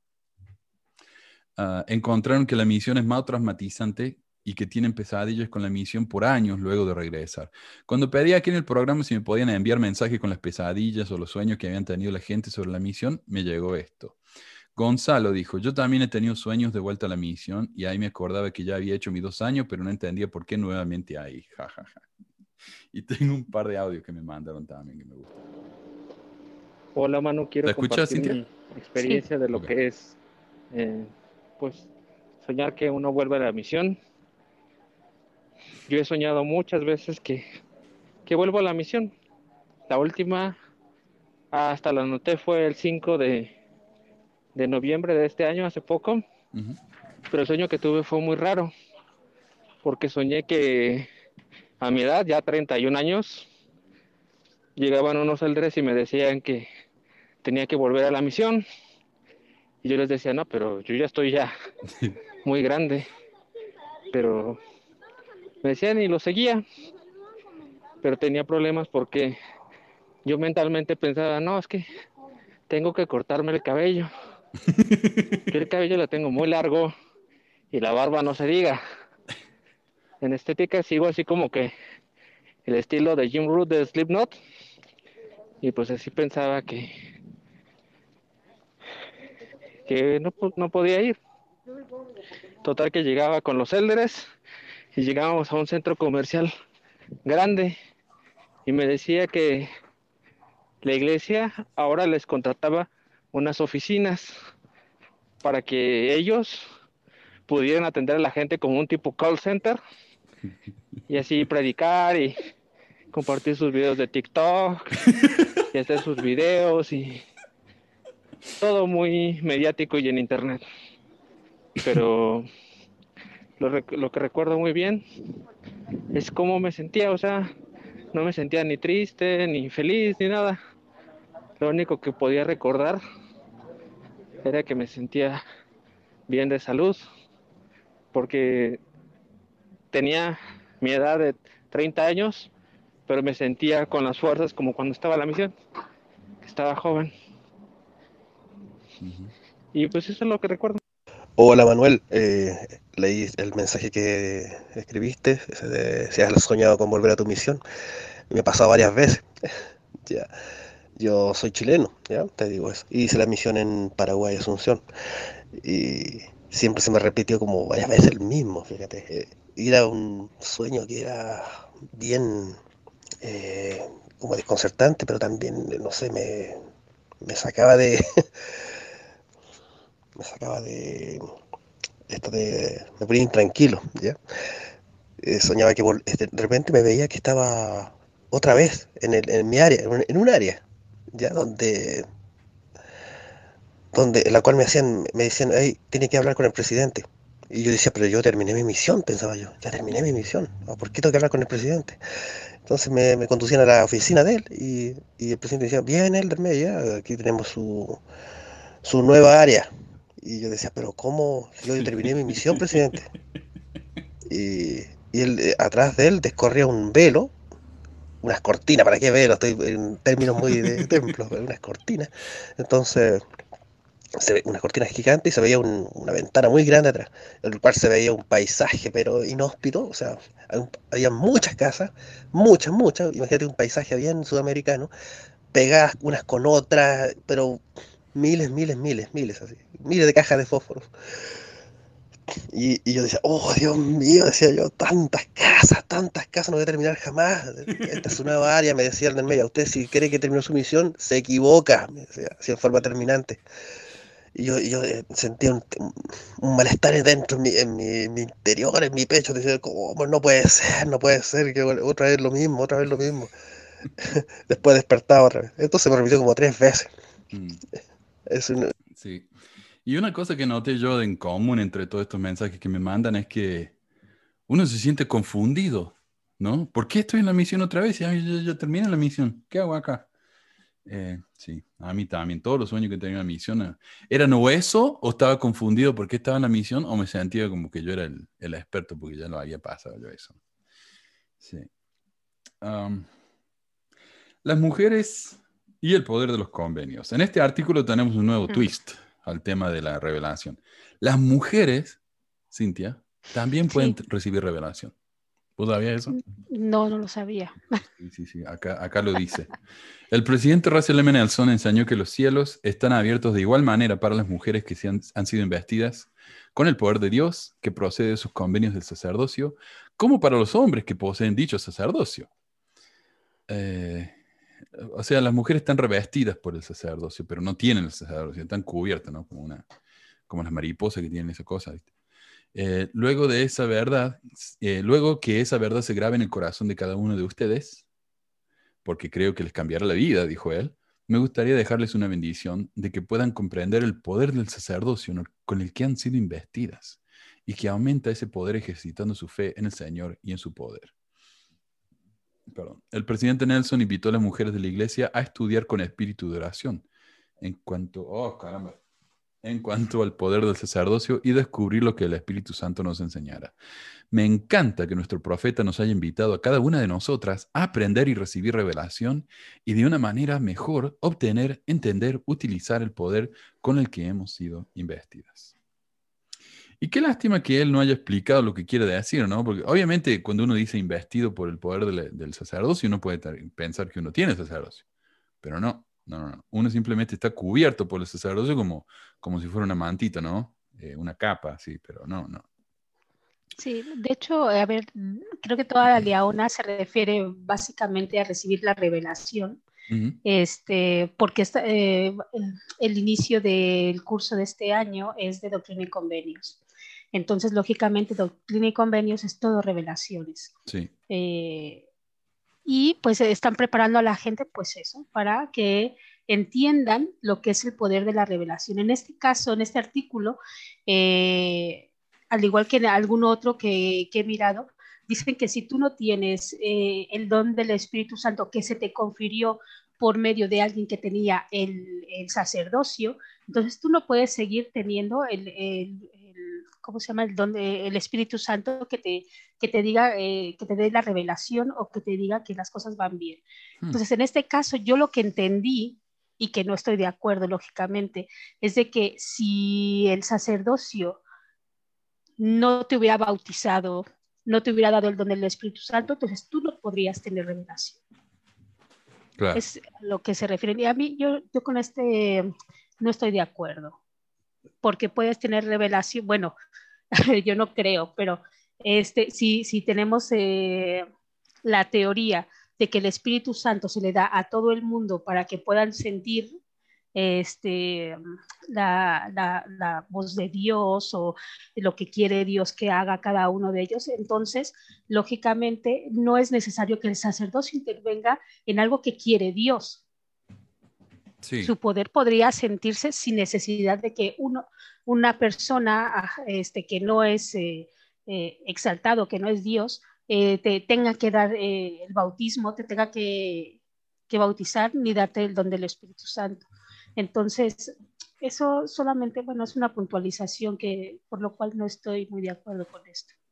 uh, encontraron que la misión es más traumatizante y que tienen pesadillas con la misión por años luego de regresar. Cuando pedí aquí en el programa si me podían enviar mensajes con las pesadillas o los sueños que habían tenido la gente sobre la misión, me llegó esto. Gonzalo dijo, yo también he tenido sueños de vuelta a la misión y ahí me acordaba que ya había hecho mis dos años, pero no entendía por qué nuevamente ahí. Ja, ja, ja. Y tengo un par de audios que me mandaron también que me gustan. Hola, Manu, quiero compartir Cintia? mi experiencia sí. de lo okay. que es, eh, pues, soñar que uno vuelve a la misión. Yo he soñado muchas veces que, que vuelvo a la misión. La última, hasta la anoté, fue el cinco de, de noviembre de este año, hace poco. Uh-huh. Pero el sueño que tuve fue muy raro, porque soñé que a mi edad, ya treinta y un años, llegaban unos eldres y me decían que tenía que volver a la misión. Y yo les decía, no, pero yo ya estoy ya muy grande. Pero me decían y lo seguía. Pero tenía problemas porque yo mentalmente pensaba, no, es que tengo que cortarme el cabello. Yo el cabello lo tengo muy largo y la barba no se diga. En estética sigo así como que el estilo de Jim Root de Slipknot. Y pues así pensaba que que no, no podía ir. Total que llegaba con los élderes y llegábamos a un centro comercial grande y me decía que la iglesia ahora les contrataba unas oficinas para que ellos pudieran atender a la gente como un tipo call center y así predicar y compartir sus videos de TikTok y hacer sus videos y todo muy mediático y en internet. Pero lo, lo que recuerdo muy bien es cómo me sentía, o sea, no me sentía ni triste, ni feliz, ni nada. Lo único que podía recordar era que me sentía bien de salud, porque tenía mi edad de treinta años, pero me sentía con las fuerzas como cuando estaba en la misión, que estaba joven. Uh-huh. Y pues eso es lo que recuerdo. Hola Manuel, eh, leí el mensaje que escribiste, de, si has soñado con volver a tu misión. Me ha pasado varias veces. Ya. Yo soy chileno, ya te digo eso. Hice la misión en Paraguay, Asunción. Y siempre se me repitió como varias veces el mismo, fíjate. Era un sueño que era bien eh, como desconcertante, pero también, no sé, me, me sacaba de... me sacaba de... esto de... me ponía intranquilo, ¿ya? Eh, soñaba que de repente me veía que estaba otra vez en, el, en mi área, en un área, ya donde... donde en la cual me hacían, me decían, hey, tiene que hablar con el presidente. Y yo decía, pero yo terminé mi misión, pensaba yo, ya terminé mi misión, ¿por qué tengo que hablar con el presidente? Entonces me, me conducían a la oficina de él y, y el presidente decía, bien, Elder Meya, aquí tenemos su, su nueva área. Y yo decía, pero ¿cómo? Yo terminé mi misión, presidente. Y, y él, eh, atrás de él descorría un velo, unas cortinas, ¿para qué velo? Estoy en términos muy de templo, unas cortinas. Entonces, se ve unas cortinas gigantes y se veía un, una ventana muy grande atrás, en el cual se veía un paisaje, pero inhóspito, o sea, hay- había muchas casas, muchas, muchas, imagínate un paisaje bien sudamericano, pegadas unas con otras, pero miles, miles, miles, miles, así, miles de cajas de fósforos. Y, y yo decía, oh Dios mío, decía yo, tantas casas, tantas casas, no voy a terminar jamás. Esta es su nueva área, me decía el del medio. Usted si cree que terminó su misión, se equivoca, me decía, así en forma terminante. Y yo, y yo eh, sentía un, un malestar dentro en mi, en mi, en mi interior, en mi pecho. Decía, ¿cómo? No puede ser, no puede ser, que otra vez lo mismo, otra vez lo mismo. Después despertaba otra vez. Esto se me repitió como tres veces. Mm. Es una... Sí. Y una cosa que noté yo en común entre todos estos mensajes que me mandan es que uno se siente confundido, ¿no? ¿Por qué estoy en la misión otra vez? Ya, ya, ya terminé la misión. ¿Qué hago acá? Eh, sí, a mí también. Todos los sueños que tenía en la misión, eh, ¿eran o eso o estaba confundido porque estaba en la misión o me sentía como que yo era el, el experto porque ya lo había pasado yo eso? Sí. Um, las mujeres y el poder de los convenios. En este artículo tenemos un nuevo twist al tema de la revelación. Las mujeres, Cintia, también pueden Sí. recibir revelación. ¿Vos sabías eso? No, no lo sabía. Sí, sí, sí, acá, acá lo dice. El presidente Russell M. Nelson enseñó que los cielos están abiertos de igual manera para las mujeres que se han, han sido investidas con el poder de Dios que procede de sus convenios del sacerdocio, como para los hombres que poseen dicho sacerdocio. Eh, o sea, las mujeres están revestidas por el sacerdocio, pero no tienen el sacerdocio, están cubiertas, ¿no? Como, una, como las mariposas que tienen esa cosa, ¿viste? Eh, luego de esa verdad, eh, luego que esa verdad se grabe en el corazón de cada uno de ustedes, porque creo que les cambiará la vida, dijo él, me gustaría dejarles una bendición de que puedan comprender el poder del sacerdocio con el que han sido investidas y que aumenta ese poder ejercitando su fe en el Señor y en su poder. Perdón. El presidente Nelson invitó a las mujeres de la iglesia a estudiar con espíritu de oración en cuanto, oh caramba, en cuanto al poder del sacerdocio y descubrir lo que el Espíritu Santo nos enseñara. Me encanta que nuestro profeta nos haya invitado a cada una de nosotras a aprender y recibir revelación y de una manera mejor obtener, entender, utilizar el poder con el que hemos sido investidas. Y qué lástima que él no haya explicado lo que quiere decir, ¿no? Porque obviamente cuando uno dice investido por el poder del, del sacerdocio, uno puede pensar que uno tiene sacerdocio, pero no, no, no, no. Uno simplemente está cubierto por el sacerdocio como, como si fuera una mantita, ¿no? Eh, una capa, sí, pero no, no. Sí, de hecho, a ver, creo que toda la liaona se refiere básicamente a recibir la revelación, uh-huh. este, porque esta, eh, el inicio del curso de este año es de Doctrina y Convenios. Entonces, lógicamente, Doctrina y Convenios es todo revelaciones. Sí. Eh, y pues están preparando a la gente, pues eso, para que entiendan lo que es el poder de la revelación. En este caso, en este artículo, eh, al igual que en algún otro que, que he mirado, dicen que si tú no tienes eh, el don del Espíritu Santo que se te confirió por medio de alguien que tenía el, el sacerdocio, entonces tú no puedes seguir teniendo el, el, el ¿cómo se llama? El don de, el Espíritu Santo que te, que te diga, eh, que te dé la revelación o que te diga que las cosas van bien. Hmm. Entonces, en este caso, yo lo que entendí y que no estoy de acuerdo, lógicamente, es de que si el sacerdocio no te hubiera bautizado, no te hubiera dado el don del Espíritu Santo, entonces tú no podrías tener revelación. Claro. Es lo que se refiere. Y a mí, yo, yo con este no estoy de acuerdo, porque puedes tener revelación, bueno, yo no creo, pero este, si, si tenemos eh, la teoría de que el Espíritu Santo se le da a todo el mundo para que puedan sentir este, la, la, la voz de Dios o lo que quiere Dios que haga cada uno de ellos, entonces, lógicamente, no es necesario que el sacerdocio intervenga en algo que quiere Dios. Sí. Su poder podría sentirse sin necesidad de que uno, una persona este, que no es eh, eh, exaltado, que no es Dios, eh, te tenga que dar eh, el bautismo, te tenga que, que bautizar ni darte el don del Espíritu Santo. Entonces, eso solamente, bueno, es una puntualización que, por lo cual no estoy muy de acuerdo con esto.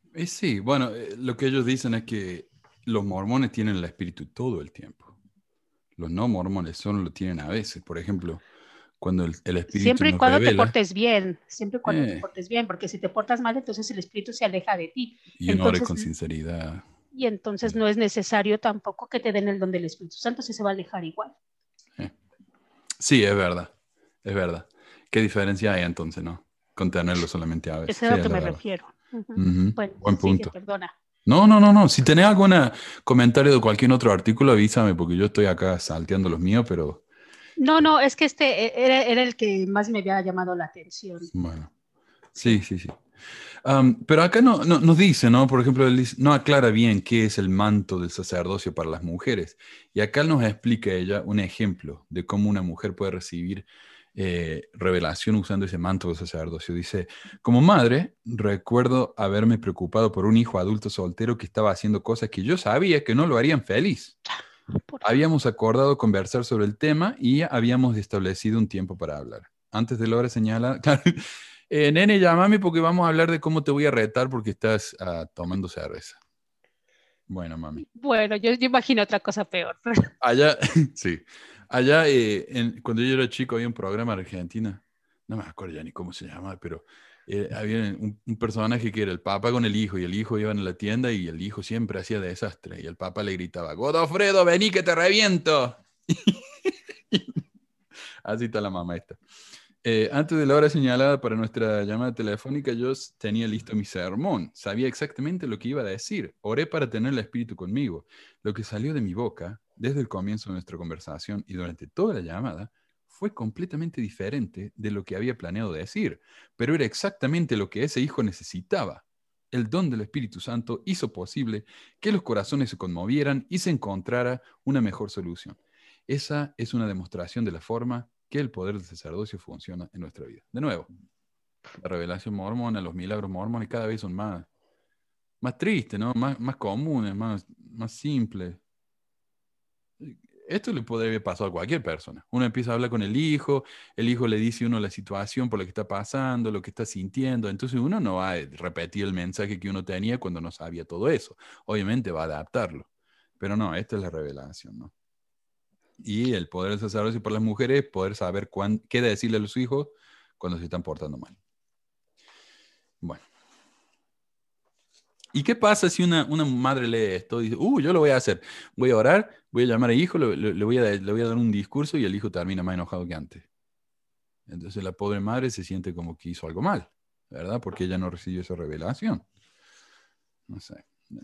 Eh, sí, bueno, eh, lo que ellos dicen es que los mormones tienen el espíritu todo el tiempo. Los no mormones solo lo tienen a veces. Por ejemplo, cuando el, el espíritu Siempre y nos cuando te revela. portes bien, siempre y cuando te Eh, portes bien, porque si te portas mal, entonces el espíritu se aleja de ti. y uno ore Entonces, con sinceridad. y entonces no es necesario tampoco que te den el don del Espíritu Santo, si se va a alejar igual. Eh. Sí, es verdad, es verdad. ¿Qué diferencia hay entonces, no? Con tenerlo solamente a veces. Eso es Sí, a lo es que me verdad. refiero. Uh-huh. Uh-huh. Bueno, buen sigue, punto. perdona. No, no, no, no. Si tenés algún comentario de cualquier otro artículo, avísame, porque yo estoy acá salteando los míos, pero... No, no, es que este era, era el que más me había llamado la atención. Bueno, sí, sí, sí. sí. Um, pero acá no, no, nos dice, ¿no? Por ejemplo, él dice, no aclara bien qué es el manto del sacerdocio para las mujeres. Y acá nos explica ella un ejemplo de cómo una mujer puede recibir eh, revelación usando ese manto del sacerdocio. Dice, como madre, recuerdo haberme preocupado por un hijo adulto soltero que estaba haciendo cosas que yo sabía que no lo harían feliz. Habíamos acordado conversar sobre el tema y habíamos establecido un tiempo para hablar. Antes de la hora señalada, claro, eh, nene, llámame porque vamos a hablar de cómo te voy a retar porque estás uh, tomando cerveza. Bueno, mami. Bueno, yo, yo imagino otra cosa peor. Allá, sí. Allá, eh, en, cuando yo era chico, había un programa en Argentina. No me acuerdo ya ni cómo se llamaba, pero eh, había un, un personaje que era el papá con el hijo, y el hijo iba en la tienda y el hijo siempre hacía desastre. Y el papá le gritaba, Godofredo, vení que te reviento. Así está la mamá esta. Eh, antes de la hora señalada para nuestra llamada telefónica, yo tenía listo mi sermón. Sabía exactamente lo que iba a decir. Oré para tener el espíritu conmigo. Lo que salió de mi boca, desde el comienzo de nuestra conversación y durante toda la llamada, fue completamente diferente de lo que había planeado decir. Pero era exactamente lo que ese hijo necesitaba. El don del Espíritu Santo hizo posible que los corazones se conmovieran y se encontrara una mejor solución. Esa es una demostración de la forma que el poder del sacerdocio funciona en nuestra vida. De nuevo, la revelación mormona, los milagros mormones cada vez son más, más tristes, ¿no? Más, más comunes, más, más simples. Esto le podría pasar a cualquier persona. Uno empieza a hablar con el hijo, el hijo le dice a uno la situación por la que está pasando, lo que está sintiendo, entonces uno no va a repetir el mensaje que uno tenía cuando no sabía todo eso. Obviamente va a adaptarlo, pero no, esta es la revelación, ¿no? Y el poder del sacerdocio para las mujeres, poder saber cuán, qué decirle a los hijos cuando se están portando mal. Bueno. ¿Y qué pasa si una, una madre lee esto y dice, uh, yo lo voy a hacer? Voy a orar, voy a llamar al hijo, le, le, le, voy a, le voy a dar un discurso y el hijo termina más enojado que antes. Entonces la pobre madre se siente como que hizo algo mal, ¿verdad? Porque ella no recibió esa revelación. No sé.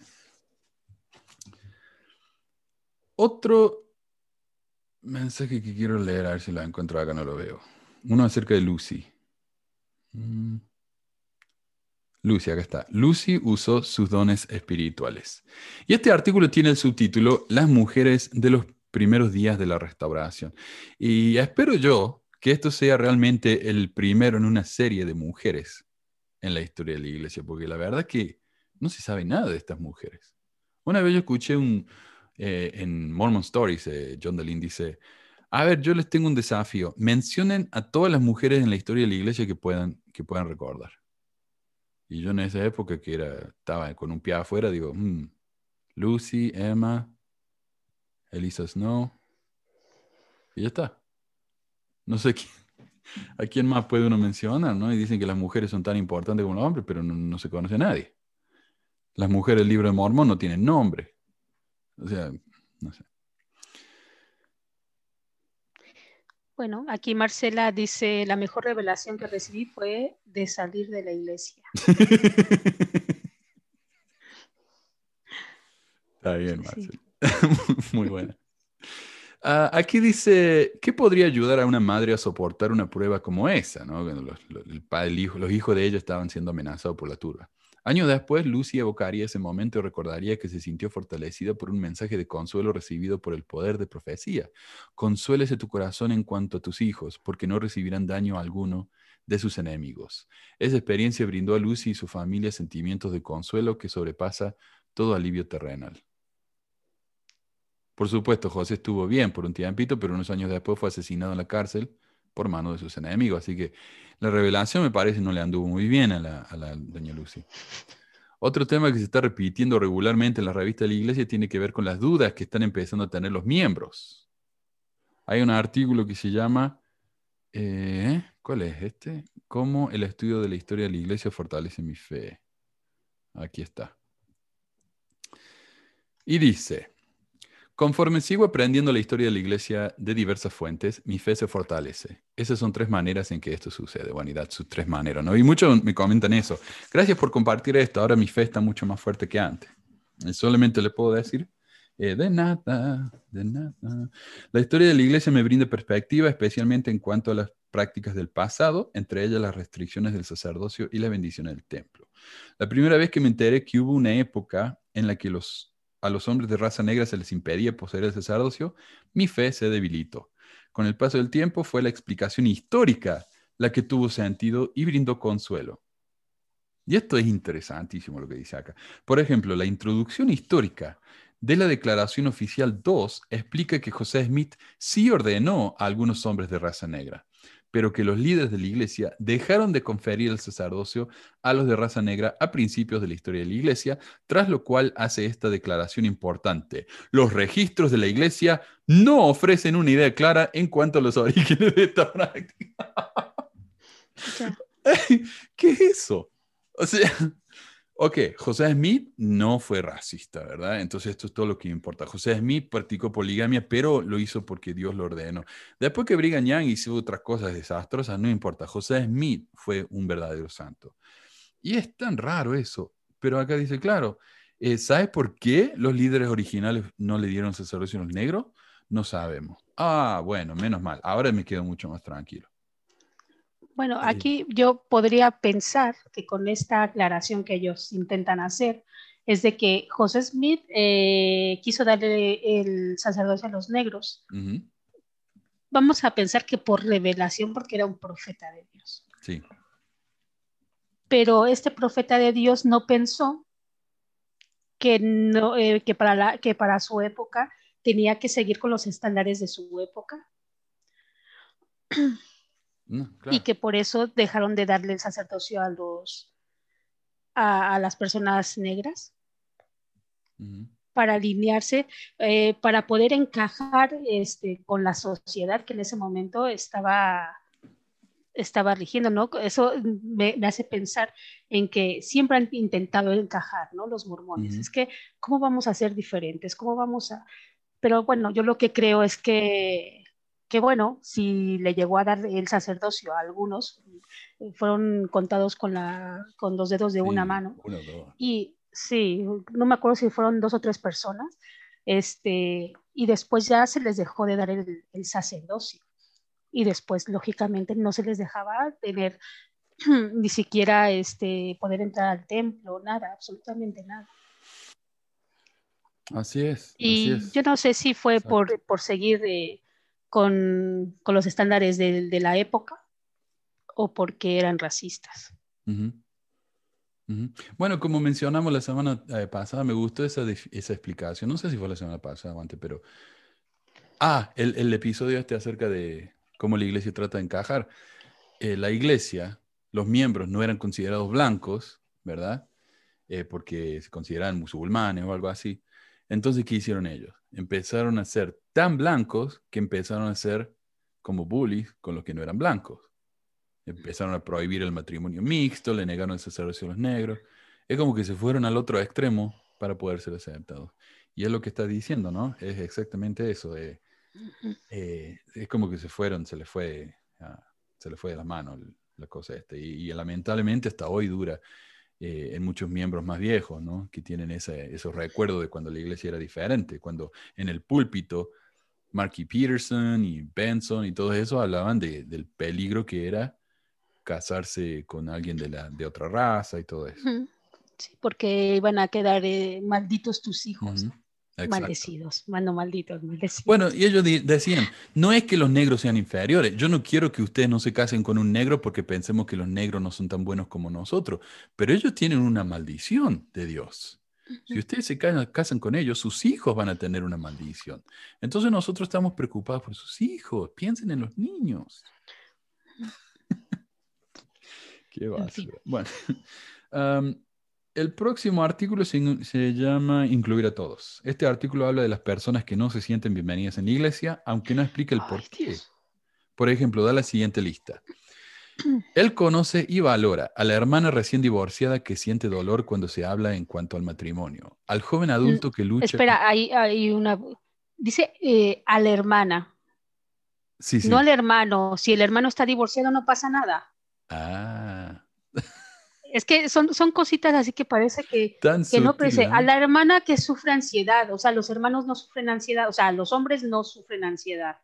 Otro mensaje que quiero leer, a ver si lo encuentro acá, no lo veo. Uno acerca de Lucy. Mm. Lucy, acá está. Lucy usó sus dones espirituales. Y este artículo tiene el subtítulo Las mujeres de los primeros días de la restauración. Y espero yo que esto sea realmente el primero en una serie de mujeres en la historia de la iglesia, porque la verdad es que no se sabe nada de estas mujeres. Una vez yo escuché un... Eh, en Mormon Stories, eh, John Deline dice, a ver, yo les tengo un desafío. Mencionen a todas las mujeres en la historia de la iglesia que puedan, que puedan recordar. Y yo en esa época que era, estaba con un pie afuera, digo, hmm, Lucy, Emma, Elisa Snow, y ya está. No sé quién, a quién más puede uno mencionar, ¿no? Y dicen que las mujeres son tan importantes como los hombres, pero no, no se conoce a nadie. Las mujeres del libro de Mormón no tienen nombre. O sea, no sé. Bueno, aquí Marcela dice, la mejor revelación que recibí fue de salir de la iglesia. Está bien, Marcela. Sí. Muy buena. Uh, aquí dice, ¿qué podría ayudar a una madre a soportar una prueba como esa? ¿No? Los, los, el padre, el hijo, los hijos de ella estaban siendo amenazados por la turba. Años después, Lucy evocaría ese momento y recordaría que se sintió fortalecida por un mensaje de consuelo recibido por el poder de profecía. Consuélese tu corazón en cuanto a tus hijos, porque no recibirán daño alguno de sus enemigos. Esa experiencia brindó a Lucy y su familia sentimientos de consuelo que sobrepasa todo alivio terrenal. Por supuesto, José estuvo bien por un tiempito, pero unos años después fue asesinado en la cárcel por mano de sus enemigos. Así que la revelación, me parece, no le anduvo muy bien a la, a la doña Lucy. Otro tema que se está repitiendo regularmente en la revista de la Iglesia tiene que ver con las dudas que están empezando a tener los miembros. Hay un artículo que se llama, eh, ¿cuál es este? ¿Cómo el estudio de la historia de la Iglesia fortalece mi fe? Aquí está. Y dice, conforme sigo aprendiendo la historia de la Iglesia de diversas fuentes, mi fe se fortalece. Esas son tres maneras en que esto sucede. Bueno, y da sus tres maneras, ¿no? Y muchos me comentan eso. Gracias por compartir esto. Ahora mi fe está mucho más fuerte que antes. Y solamente le puedo decir, eh, de nada, de nada. La historia de la Iglesia me brinda perspectiva, especialmente en cuanto a las prácticas del pasado, entre ellas las restricciones del sacerdocio y la bendición del templo. La primera vez que me enteré que hubo una época en la que los a los hombres de raza negra se les impedía poseer el sacerdocio, mi fe se debilitó. Con el paso del tiempo fue la explicación histórica la que tuvo sentido y brindó consuelo. Y esto es interesantísimo lo que dice acá. Por ejemplo, la introducción histórica de la Declaración Oficial dos explica que José Smith sí ordenó a algunos hombres de raza negra, pero que los líderes de la iglesia dejaron de conferir el sacerdocio a los de raza negra a principios de la historia de la iglesia, tras lo cual hace esta declaración importante. Los registros de la iglesia no ofrecen una idea clara en cuanto a los orígenes de esta práctica. ¿Qué es eso? O sea, ok, José Smith no fue racista, ¿verdad? Entonces esto es todo lo que importa. José Smith practicó poligamia, pero lo hizo porque Dios lo ordenó. Después que Brigham Young hizo otras cosas desastrosas, no importa. José Smith fue un verdadero santo. Y es tan raro eso. Pero acá dice, claro, eh, ¿sabes por qué los líderes originales no le dieron sacerdocio a los negros? No sabemos. Ah, bueno, menos mal. Ahora me quedo mucho más tranquilo. Bueno, aquí yo podría pensar que con esta aclaración que ellos intentan hacer es de que José Smith eh, quiso darle el sacerdocio a los negros. Uh-huh. Vamos a pensar que por revelación, porque era un profeta de Dios. Sí. Pero este profeta de Dios no pensó que, no, eh, que, para la, que para su época tenía que seguir con los estándares de su época. No, claro. Y que por eso dejaron de darle el sacerdocio a los a, a las personas negras uh-huh. para alinearse, eh, para poder encajar este, con la sociedad que en ese momento estaba, estaba rigiendo, ¿no? Eso me, me hace pensar en que siempre han intentado encajar, ¿no? Los mormones. Uh-huh. Es que, ¿cómo vamos a ser diferentes? ¿Cómo vamos a...? Pero bueno, yo lo que creo es que que bueno, si le llegó a dar el sacerdocio a algunos, fueron contados con, la, con los dedos de sí, una mano. Uno, dos. Y sí, no me acuerdo si fueron dos o tres personas, este, y después ya se les dejó de dar el, el sacerdocio. Y después, lógicamente, no se les dejaba tener ni siquiera este, poder entrar al templo, nada, absolutamente nada. Así es. Y así es. yo no sé si fue por, por seguir... Eh, Con, con los estándares de, de la época o porque eran racistas. Uh-huh. Uh-huh. Bueno, como mencionamos la semana eh, pasada, me gustó esa, esa explicación. No sé si fue la semana pasada o antes, pero... Ah, el, el episodio este acerca de cómo la iglesia trata de encajar. Eh, la iglesia, los miembros no eran considerados blancos, ¿verdad? Eh, porque se consideraban musulmanes o algo así. Entonces, ¿qué hicieron ellos? Empezaron a ser tan blancos que empezaron a ser como bullies con los que no eran blancos. Empezaron a prohibir el matrimonio mixto, le negaron el sacerdocio a los negros. Es como que se fueron al otro extremo para poder ser aceptados. Y es lo que está diciendo, ¿no? Es exactamente eso. Eh, eh, es como que se fueron, se les fue, uh, se les fue de la mano la cosa esta. Y, y lamentablemente hasta hoy dura. Eh, en muchos miembros más viejos, ¿no? Que tienen ese, esos recuerdos de cuando la iglesia era diferente, cuando en el púlpito Marky Peterson y Benson y todos esos hablaban de, del peligro que era casarse con alguien de, la, de otra raza y todo eso. Sí, porque iban a quedar eh, malditos tus hijos. Uh-huh. Maldecidos, mando malditos, maldecidos. Bueno, y ellos di- decían, no es que los negros sean inferiores, yo no quiero que ustedes no se casen con un negro porque pensemos que los negros no son tan buenos como nosotros, pero ellos tienen una maldición de Dios. Uh-huh. Si ustedes se casan, casan con ellos, sus hijos van a tener una maldición. Entonces nosotros estamos preocupados por sus hijos, piensen en los niños. Qué basura. En fin. Bueno, um, El próximo artículo se, se llama Incluir a todos. Este artículo habla de las personas que no se sienten bienvenidas en la iglesia, aunque no explica el por qué. Por ejemplo, da la siguiente lista. Él conoce y valora a la hermana recién divorciada que siente dolor cuando se habla en cuanto al matrimonio, al joven adulto que lucha... Espera, con... hay, hay una... Dice eh, a la hermana. Sí, sí. No al hermano. Si el hermano está divorciado no pasa nada. Ah... Es que son, son cositas así que parece que, Tan que no, sutil, pero ¿eh? a la hermana que sufre ansiedad, o sea, los hermanos no sufren ansiedad, o sea, los hombres no sufren ansiedad.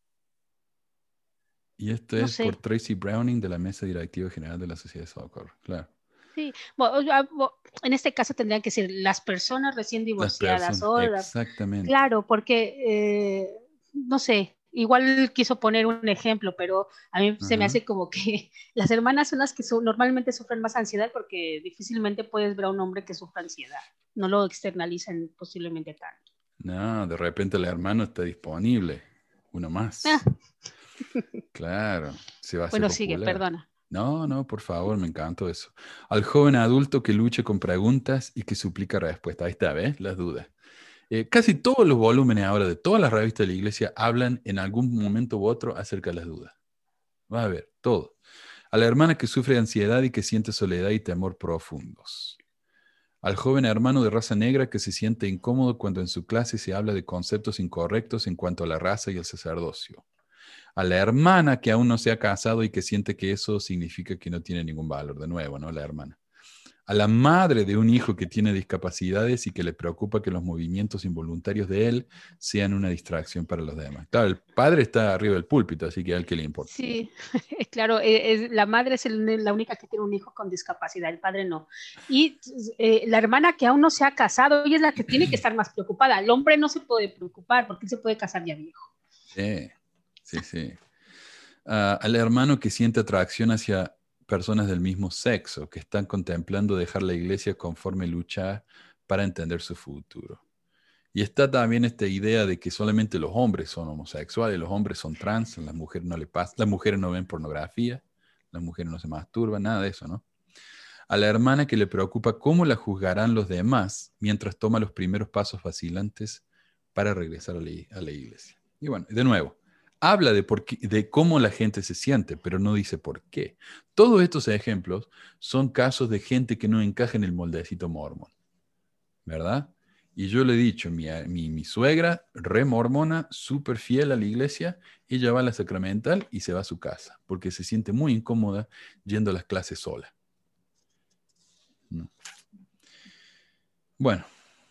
Y esto no es sé. por Tracy Browning de la Mesa Directiva General de la Sociedad de Socorro, claro. Sí, bueno, en este caso tendrían que ser las personas recién divorciadas. Las personas, o exactamente. Claro, porque, eh, no sé, igual quiso poner un ejemplo, pero a mí uh-huh. se me hace como que las hermanas son las que su- normalmente sufren más ansiedad porque difícilmente puedes ver a un hombre que sufra ansiedad. No lo externalizan posiblemente tanto. No, de repente el hermano está disponible. Uno más. Ah. Claro, se va a hacer Bueno, popular. sigue, perdona. No, no, por favor, me encantó eso. Al joven adulto que luche con preguntas y que suplica respuestas. Ahí está, ¿ves? Las dudas. Eh, casi todos los volúmenes ahora de todas las revistas de la iglesia hablan en algún momento u otro acerca de las dudas. Vas a ver, todo. A la hermana que sufre ansiedad y que siente soledad y temor profundos. Al joven hermano de raza negra que se siente incómodo cuando en su clase se habla de conceptos incorrectos en cuanto a la raza y el sacerdocio. A la hermana que aún no se ha casado y que siente que eso significa que no tiene ningún valor. De nuevo, ¿no? La hermana. A la madre de un hijo que tiene discapacidades y que le preocupa que los movimientos involuntarios de él sean una distracción para los demás. Claro, el padre está arriba del púlpito, así que a él que le importa. Sí, claro, es, la madre es el, la única que tiene un hijo con discapacidad, el padre no. Y eh, la hermana que aún no se ha casado, ella es la que tiene que estar más preocupada. El hombre no se puede preocupar porque él se puede casar ya viejo. Sí. Sí, sí. Uh, al hermano que siente atracción hacia personas del mismo sexo, que están contemplando dejar la iglesia conforme lucha para entender su futuro. Y está también esta idea de que solamente los hombres son homosexuales, los hombres son trans, las mujeres no le pasa, las mujeres no ven pornografía, las mujeres no se masturban, nada de eso, ¿no? A la hermana que le preocupa cómo la juzgarán los demás mientras toma los primeros pasos vacilantes para regresar a la, a la iglesia. Y bueno, de nuevo, habla de, por qué, de cómo la gente se siente, pero no dice por qué. Todos estos ejemplos son casos de gente que no encaja en el moldecito mormón, ¿verdad? Y yo le he dicho, mi, mi, mi suegra, re mormona, súper fiel a la iglesia, ella va a la sacramental y se va a su casa, porque se siente muy incómoda yendo a las clases sola. ¿No? Bueno.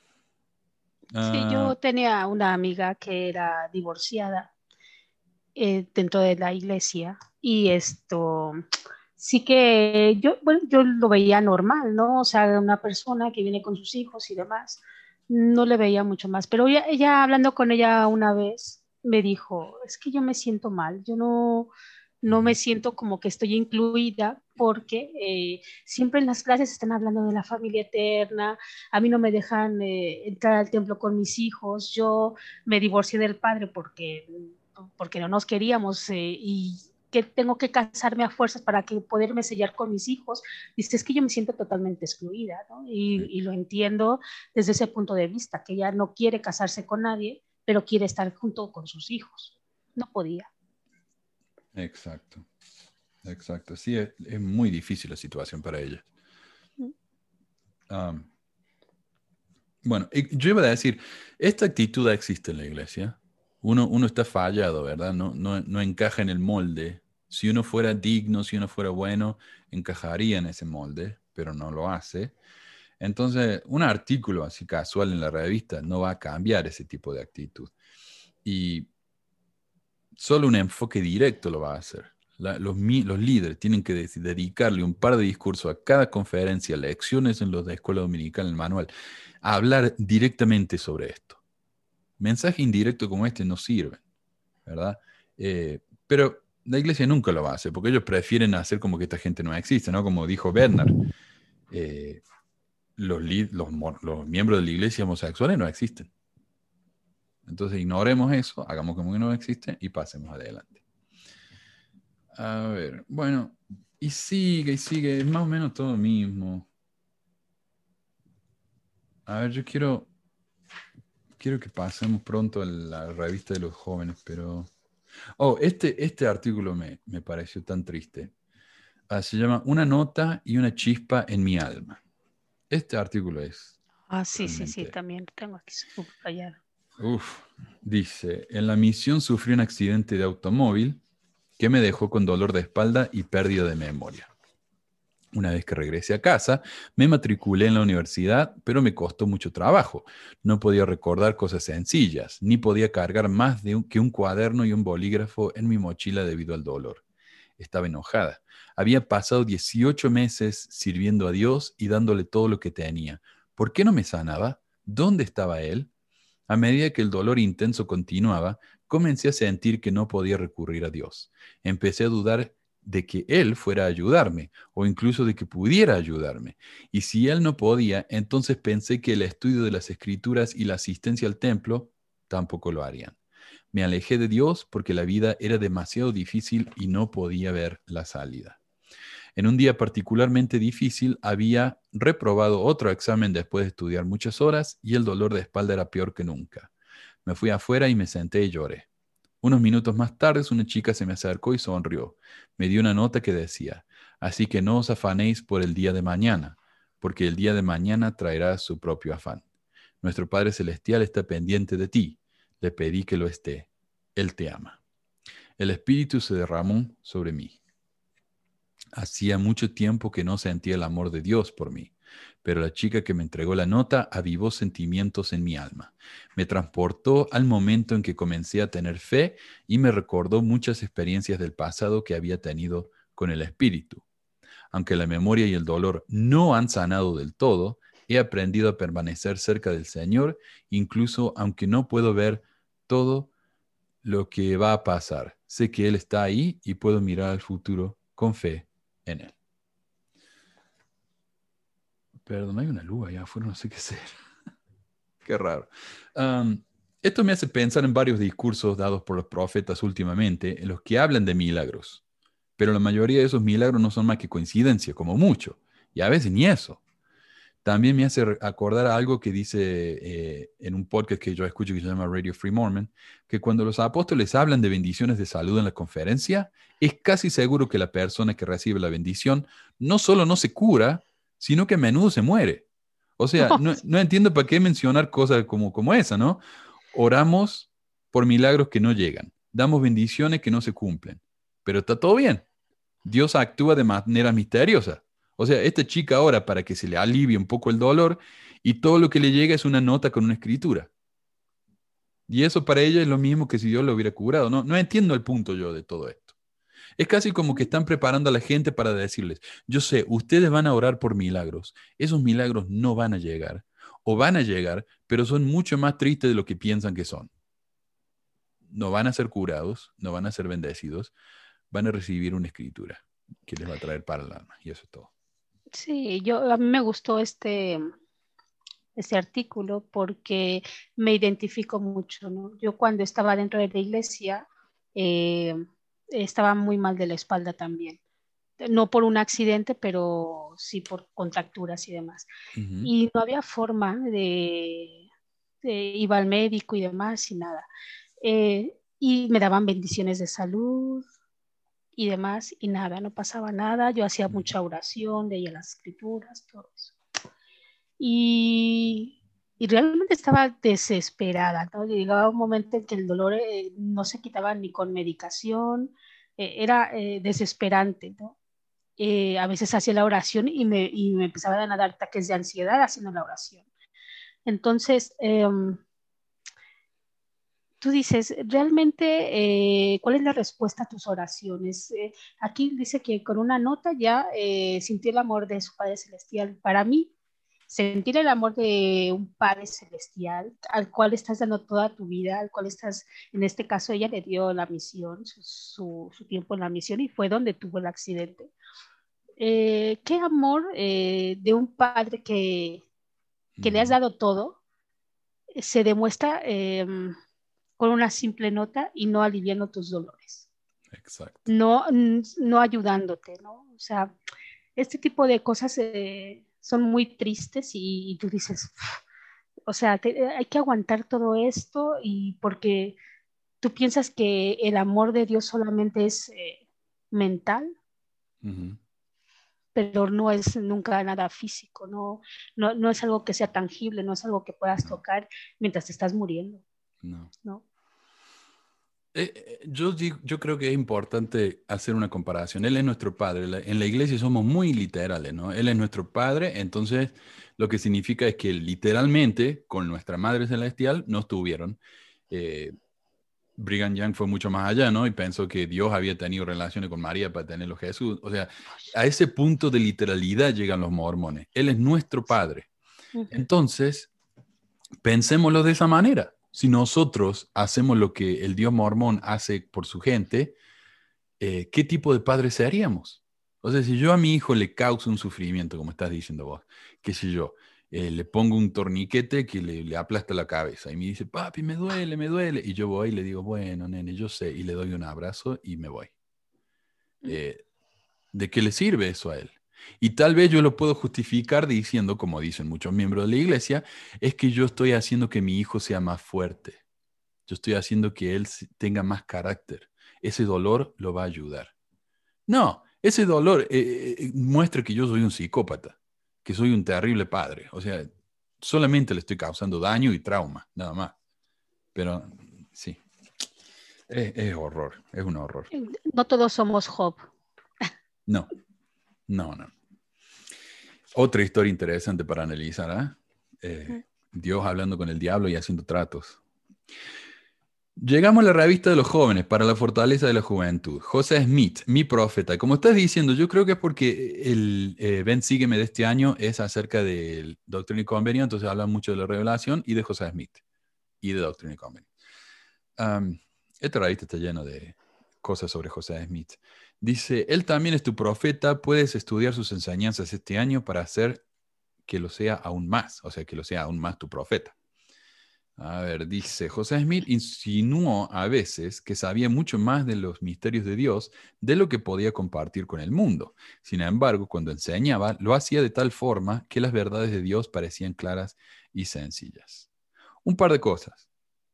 Sí, uh, yo tenía una amiga que era divorciada. Eh, dentro de la iglesia y esto sí que yo, bueno, yo lo veía normal, ¿no? O sea, una persona que viene con sus hijos y demás, no le veía mucho más, pero ella, ella hablando con ella una vez me dijo, es que yo me siento mal, yo no, no me siento como que estoy incluida porque eh, siempre en las clases están hablando de la familia eterna, a mí no me dejan eh, entrar al templo con mis hijos, yo me divorcié del padre porque porque no nos queríamos eh, y que tengo que casarme a fuerzas para que poderme sellar con mis hijos. Dice, es que yo me siento totalmente excluida, ¿no? Y, y lo entiendo desde ese punto de vista, que ella no quiere casarse con nadie, pero quiere estar junto con sus hijos. No podía. Exacto, exacto. Sí, es, es muy difícil la situación para ella. Um, bueno, yo iba a decir, esta actitud existe en la iglesia. Uno, uno está fallado, ¿verdad? No, no, no encaja en el molde. Si uno fuera digno, si uno fuera bueno, encajaría en ese molde, pero no lo hace. Entonces, un artículo así casual en la revista no va a cambiar ese tipo de actitud. Y solo un enfoque directo lo va a hacer. La, los, los líderes tienen que dedicarle un par de discursos a cada conferencia, lecciones en los de escuela dominical, en el manual, a hablar directamente sobre esto. Mensaje indirecto como este no sirve, ¿verdad? Eh, pero la iglesia nunca lo va a hacer, porque ellos prefieren hacer como que esta gente no existe, ¿no? Como dijo Bernard, eh, los, los, los miembros de la iglesia homosexuales no existen. Entonces ignoremos eso, hagamos como que no existe y pasemos adelante. A ver, bueno, y sigue, y sigue, es más o menos todo lo mismo. A ver, yo quiero, quiero que pasemos pronto a la revista de los jóvenes, pero... Oh, este, este artículo me, me pareció tan triste. Uh, se llama Una nota y una chispa en mi alma. Este artículo es... Ah, sí, realmente... sí, sí, también tengo aquí subrayado. Uf, dice, en la misión sufrí un accidente de automóvil que me dejó con dolor de espalda y pérdida de memoria. Una vez que regresé a casa, me matriculé en la universidad, pero me costó mucho trabajo. No podía recordar cosas sencillas, ni podía cargar más de un, que un cuaderno y un bolígrafo en mi mochila debido al dolor. Estaba enojada. Había pasado dieciocho meses sirviendo a Dios y dándole todo lo que tenía. ¿Por qué no me sanaba? ¿Dónde estaba Él? A medida que el dolor intenso continuaba, comencé a sentir que no podía recurrir a Dios. Empecé a dudar de que Él fuera a ayudarme, o incluso de que pudiera ayudarme. Y si Él no podía, entonces pensé que el estudio de las Escrituras y la asistencia al templo tampoco lo harían. Me alejé de Dios porque la vida era demasiado difícil y no podía ver la salida. En un día particularmente difícil, había reprobado otro examen después de estudiar muchas horas y el dolor de espalda era peor que nunca. Me fui afuera y me senté y lloré. Unos minutos más tarde, una chica se me acercó y sonrió. Me dio una nota que decía, así que no os afanéis por el día de mañana, porque el día de mañana traerá su propio afán. Nuestro Padre Celestial está pendiente de ti. Le pedí que lo esté. Él te ama. El Espíritu se derramó sobre mí. Hacía mucho tiempo que no sentía el amor de Dios por mí, pero la chica que me entregó la nota avivó sentimientos en mi alma. Me transportó al momento en que comencé a tener fe y me recordó muchas experiencias del pasado que había tenido con el Espíritu. Aunque la memoria y el dolor no han sanado del todo, he aprendido a permanecer cerca del Señor, incluso aunque no puedo ver todo lo que va a pasar. Sé que Él está ahí y puedo mirar al futuro con fe en Él. Perdón, hay una luz allá afuera, no sé qué hacer. Qué raro. Um, esto me hace pensar en varios discursos dados por los profetas últimamente, en los que hablan de milagros. Pero la mayoría de esos milagros no son más que coincidencia, como mucho. Y a veces ni eso. También me hace acordar a algo que dice eh, en un podcast que yo escucho que se llama Radio Free Mormon, que cuando los apóstoles hablan de bendiciones de salud en la conferencia, es casi seguro que la persona que recibe la bendición no solo no se cura, sino que a menudo se muere. O sea, no, no entiendo para qué mencionar cosas como, como esa, ¿no? Oramos por milagros que no llegan, damos bendiciones que no se cumplen, pero está todo bien. Dios actúa de manera misteriosa. O sea, esta chica ahora, para que se le alivie un poco el dolor, y todo lo que le llega es una nota con una escritura. Y eso para ella es lo mismo que si Dios lo hubiera curado. No, no entiendo el punto yo de todo esto. Es casi como que están preparando a la gente para decirles, yo sé, ustedes van a orar por milagros. Esos milagros no van a llegar. O van a llegar, pero son mucho más tristes de lo que piensan que son. No van a ser curados, no van a ser bendecidos, van a recibir una escritura que les va a traer para el alma. Y eso es todo. Sí, yo, a mí me gustó este, este artículo porque me identifico mucho, ¿no? Yo cuando estaba dentro de la iglesia eh, estaba muy mal de la espalda también. No por un accidente, pero sí por contracturas y demás. Uh-huh. Y no había forma de, de, iba al médico y demás y nada. Eh, y me daban bendiciones de salud y demás, y nada, no pasaba nada. Yo hacía mucha oración, leía las escrituras, todo eso. Y, y realmente estaba desesperada, ¿no? Llegaba un momento en que el dolor eh, no se quitaba ni con medicación, eh, era eh, desesperante, ¿no? Eh, a veces hacía la oración y me, y me empezaban a dar ataques de ansiedad haciendo la oración. Entonces, eh, tú dices, realmente, eh, ¿cuál es la respuesta a tus oraciones? Eh, aquí dice que con una nota ya eh, sintió el amor de su Padre Celestial. Para mí, sentir el amor de un Padre Celestial al cual estás dando toda tu vida, al cual estás, en este caso ella le dio la misión, su, su, su tiempo en la misión y fue donde tuvo el accidente. Eh, ¿Qué amor eh, de un padre que, que mm. le has dado todo se demuestra eh, con una simple nota y no aliviando tus dolores? Exacto. No, no ayudándote, ¿no? O sea, este tipo de cosas eh, son muy tristes y, y tú dices, O sea, te, hay que aguantar todo esto y porque tú piensas que el amor de Dios solamente es eh, mental, uh-huh. pero no es nunca nada físico, no, no, no es algo que sea tangible, no es algo que puedas no. tocar mientras te estás muriendo. No. ¿No? Eh, yo, yo creo que es importante hacer una comparación. Él es nuestro padre. En la iglesia somos muy literales, ¿no? Él es nuestro padre, entonces lo que significa es que literalmente con nuestra Madre Celestial nos tuvieron. Eh, Brigham Young fue mucho más allá, ¿no? Y pensó que Dios había tenido relaciones con María para tenerlo Jesús. O sea, a ese punto de literalidad llegan los mormones. Él es nuestro padre. Entonces, pensémoslo de esa manera. Si nosotros hacemos lo que el Dios mormón hace por su gente, eh, ¿qué tipo de padres seríamos? O sea, si yo a mi hijo le causo un sufrimiento, como estás diciendo vos, qué sé yo, eh, le pongo un torniquete que le, le aplasta la cabeza y me dice, papi, me duele, me duele. Y yo voy y le digo, bueno, nene, yo sé, y le doy un abrazo y me voy. Eh, ¿De qué le sirve eso a él? Y tal vez yo lo puedo justificar diciendo, como dicen muchos miembros de la iglesia, es que yo estoy haciendo que mi hijo sea más fuerte. Yo estoy haciendo que él tenga más carácter. Ese dolor lo va a ayudar. No, ese dolor eh, eh, muestra que yo soy un psicópata, que soy un terrible padre. O sea, solamente le estoy causando daño y trauma, nada más. Pero sí, es, es horror, es un horror. No todos somos Job. No, no, no. Otra historia interesante para analizar, ¿eh? Eh, Dios hablando con el diablo y haciendo tratos. Llegamos a la revista de los jóvenes para la fortaleza de la juventud. José Smith, mi profeta. Como estás diciendo, yo creo que es porque el eh, Ven Sígueme de este año es acerca del Doctrina y Convenio, entonces habla mucho de la revelación y de José Smith y de Doctrina y Convenio. Um, esta revista está llena de cosas sobre José Smith. Dice, él también es tu profeta, puedes estudiar sus enseñanzas este año para hacer que lo sea aún más, o sea, que lo sea aún más tu profeta. A ver, dice, José Smith insinuó a veces que sabía mucho más de los misterios de Dios de lo que podía compartir con el mundo. Sin embargo, cuando enseñaba, lo hacía de tal forma que las verdades de Dios parecían claras y sencillas. Un par de cosas.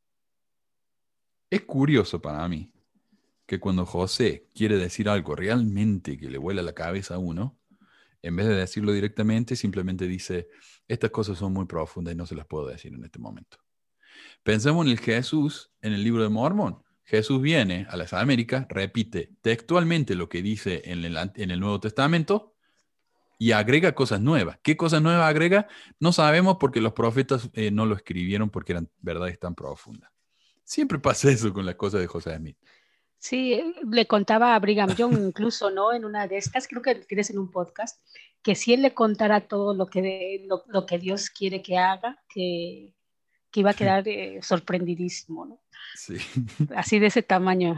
Es curioso para mí que cuando José quiere decir algo realmente que le vuela la cabeza a uno, en vez de decirlo directamente, simplemente dice, estas cosas son muy profundas y no se las puedo decir en este momento. Pensemos en el Jesús en el libro de Mormón. Jesús viene a las Américas, repite textualmente lo que dice en el, en el Nuevo Testamento y agrega cosas nuevas. ¿Qué cosas nuevas agrega? No sabemos porque los profetas eh, no lo escribieron porque eran verdades tan profundas. Siempre pasa eso con las cosas de José Smith. Sí, le contaba a Brigham Young incluso, ¿no? En una de estas, creo que tienes en un podcast, que si él le contara todo lo que, lo, lo que Dios quiere que haga, que, que iba a quedar eh, sorprendidísimo, ¿no? Sí. Así de ese tamaño.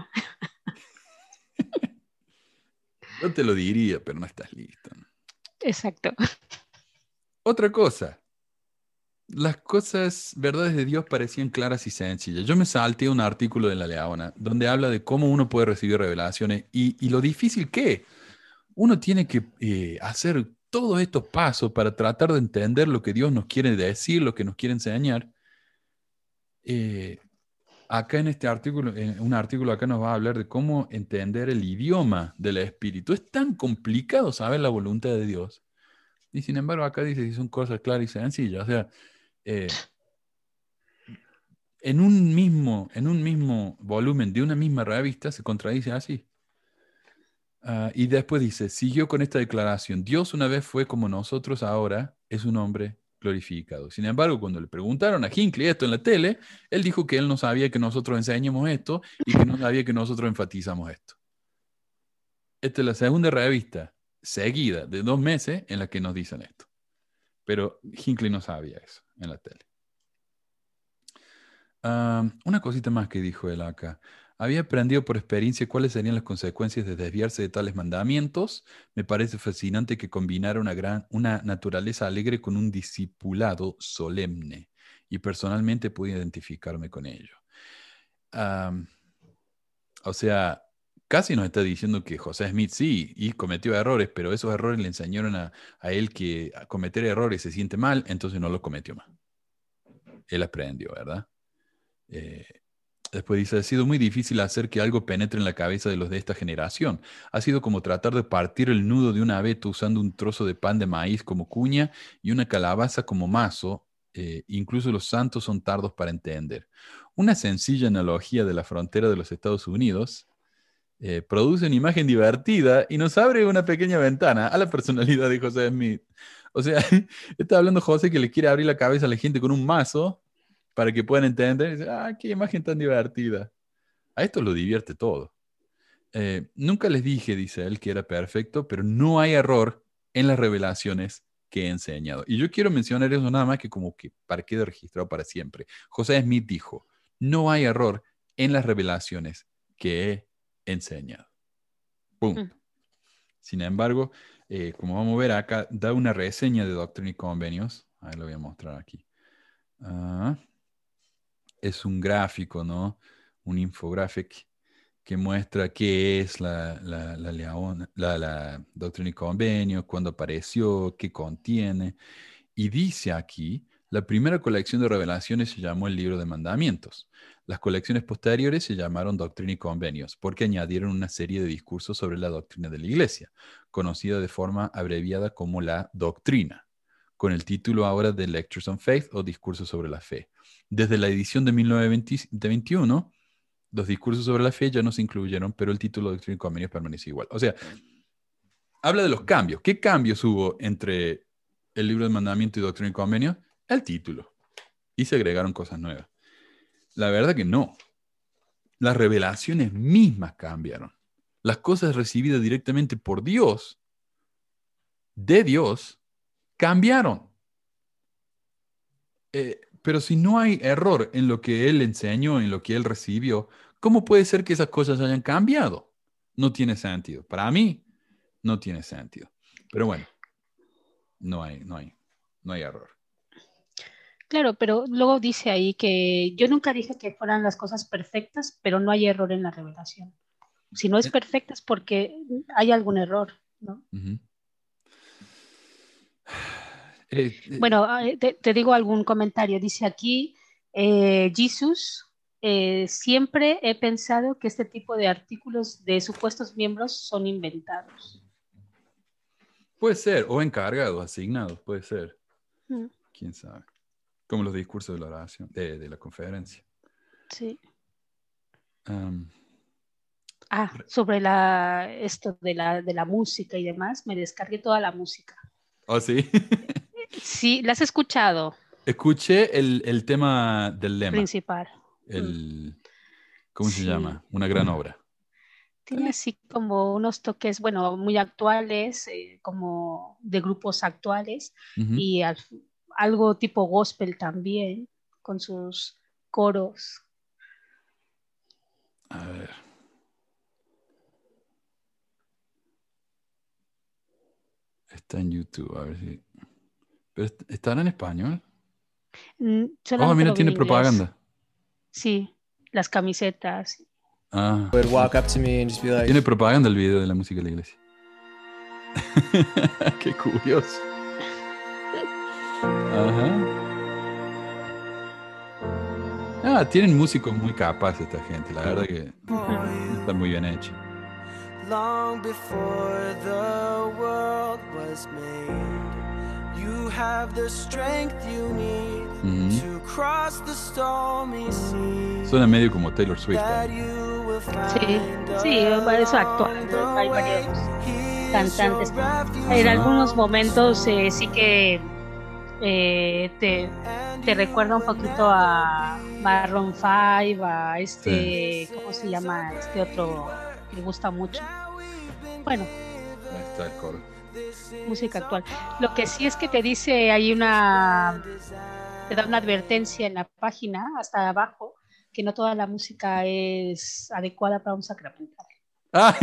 Yo te lo diría, pero no estás listo, ¿no? Exacto. Otra cosa. Las cosas, verdades de Dios parecían claras y sencillas. Yo me salté un artículo de La Leona donde habla de cómo uno puede recibir revelaciones y, y lo difícil que es. Uno tiene que eh, hacer todos estos pasos para tratar de entender lo que Dios nos quiere decir, lo que nos quiere enseñar. Eh, acá en este artículo, en un artículo acá nos va a hablar de cómo entender el idioma del Espíritu. Es tan complicado saber la voluntad de Dios. Y sin embargo acá dice que son cosas claras y sencillas. O sea, Eh, en un mismo, en un mismo volumen de una misma revista se contradice así. Uh, y después dice, siguió con esta declaración, Dios una vez fue como nosotros, ahora es un hombre glorificado. Sin embargo, cuando le preguntaron a Hinckley esto en la tele, él dijo que él no sabía que nosotros enseñemos esto y que no sabía que nosotros enfatizamos esto. Esta es la segunda revista seguida de dos meses en la que nos dicen esto. Pero Hinckley no sabía eso en la tele. Uh, una cosita más que dijo él acá. Había aprendido por experiencia cuáles serían las consecuencias de desviarse de tales mandamientos. Me parece fascinante que combinara una, gran, una naturaleza alegre con un discipulado solemne. Y personalmente pude identificarme con ello. Uh, o sea, casi nos está diciendo que José Smith sí, y cometió errores, pero esos errores le enseñaron a, a él que a cometer errores se siente mal, entonces no los cometió más. él aprendió, ¿verdad? Eh, después dice, ha sido muy difícil hacer que algo penetre en la cabeza de los de esta generación. Ha sido como tratar de partir el nudo de un abeto usando un trozo de pan de maíz como cuña y una calabaza como mazo. Eh, incluso los santos son tardos para entender. Una sencilla analogía de la frontera de los Estados Unidos eh, produce una imagen divertida y nos abre una pequeña ventana a la personalidad de José Smith. O sea, está hablando José que le quiere abrir la cabeza a la gente con un mazo para que puedan entender. Y dice, ah, qué imagen tan divertida. A esto lo divierte todo. Eh, nunca les dije, dice él, que era perfecto, pero no hay error en las revelaciones que he enseñado. Y yo quiero mencionar eso nada más que como que para quede registrado para siempre. José Smith dijo, no hay error en las revelaciones que he enseñado. Punto. Mm. Sin embargo, eh, como vamos a ver acá, da una reseña de Doctrina y Convenios. Ahí lo voy a mostrar aquí. Uh, es un gráfico, ¿no? Un infographic que muestra qué es la, la, la, Leona, la, la Doctrina y Convenios, cuándo apareció, qué contiene. Y dice aquí, la primera colección de revelaciones se llamó el Libro de Mandamientos. Las colecciones posteriores se llamaron Doctrina y Convenios, porque añadieron una serie de discursos sobre la doctrina de la Iglesia, conocida de forma abreviada como la Doctrina, con el título ahora de Lectures on Faith o Discursos sobre la Fe. Desde la edición de mil novecientos veintiuno, los discursos sobre la fe ya no se incluyeron, pero el título de Doctrina y Convenios permaneció igual. O sea, habla de los cambios. ¿Qué cambios hubo entre el Libro de Mandamiento y Doctrina y Convenios? El título. Y se agregaron cosas nuevas. La verdad que no. Las revelaciones mismas cambiaron. Las cosas recibidas directamente por Dios, de Dios, cambiaron. Eh, pero si no hay error en lo que Él enseñó, en lo que Él recibió, ¿cómo puede ser que esas cosas hayan cambiado? No tiene sentido. Para mí, no tiene sentido. Pero bueno, no hay, no hay, no hay error. Claro, pero luego dice ahí que yo nunca dije que fueran las cosas perfectas, pero no hay error en la revelación. Si no es perfecta es porque hay algún error, ¿no? Uh-huh. Eh, eh, bueno, te, te digo algún comentario. Dice aquí, eh, Jesús, eh, siempre he pensado que este tipo de artículos de supuestos miembros son inventados. Puede ser, o encargados, asignados, puede ser. Mm. ¿Quién sabe? Como los discursos de la oración, de, de la conferencia. Sí. Um, ah, sobre la, esto de la, de la música y demás, me descargué toda la música. ¿Oh, sí? Sí, ¿la has escuchado? Escuché el, el tema del lema. Principal. El, ¿Cómo sí. se llama? Una gran obra. Tiene así como unos toques, bueno, muy actuales, eh, como de grupos actuales, uh-huh. y al, algo tipo gospel también, con sus coros. A ver. Está en YouTube, a ver si... ¿Pero estará en español? Mm, oh, mira, tiene propaganda. Sí, las camisetas. Ah. Would walk up to me and just be like... Tiene propaganda el video de la música de la iglesia. Qué curioso. Ajá. Ah, tienen músicos muy capaces esta gente, la verdad que está muy bien hecho. Long before the world was made, you have the strength you need mm-hmm. to cross the stormy sea. Suena medio como Taylor Swift. Sí, sí, eso actuando. Hay varios cantantes. En algunos momentos eh, sí que eh, te, te recuerda un poquito a Maroon five, a este, sí. ¿cómo se llama? Este otro que me gusta mucho. Bueno, ahí está el coro. Música actual. Lo que sí es que te dice, hay una, te da una advertencia en la página hasta abajo, que no toda la música es adecuada para un sacramental. Ah.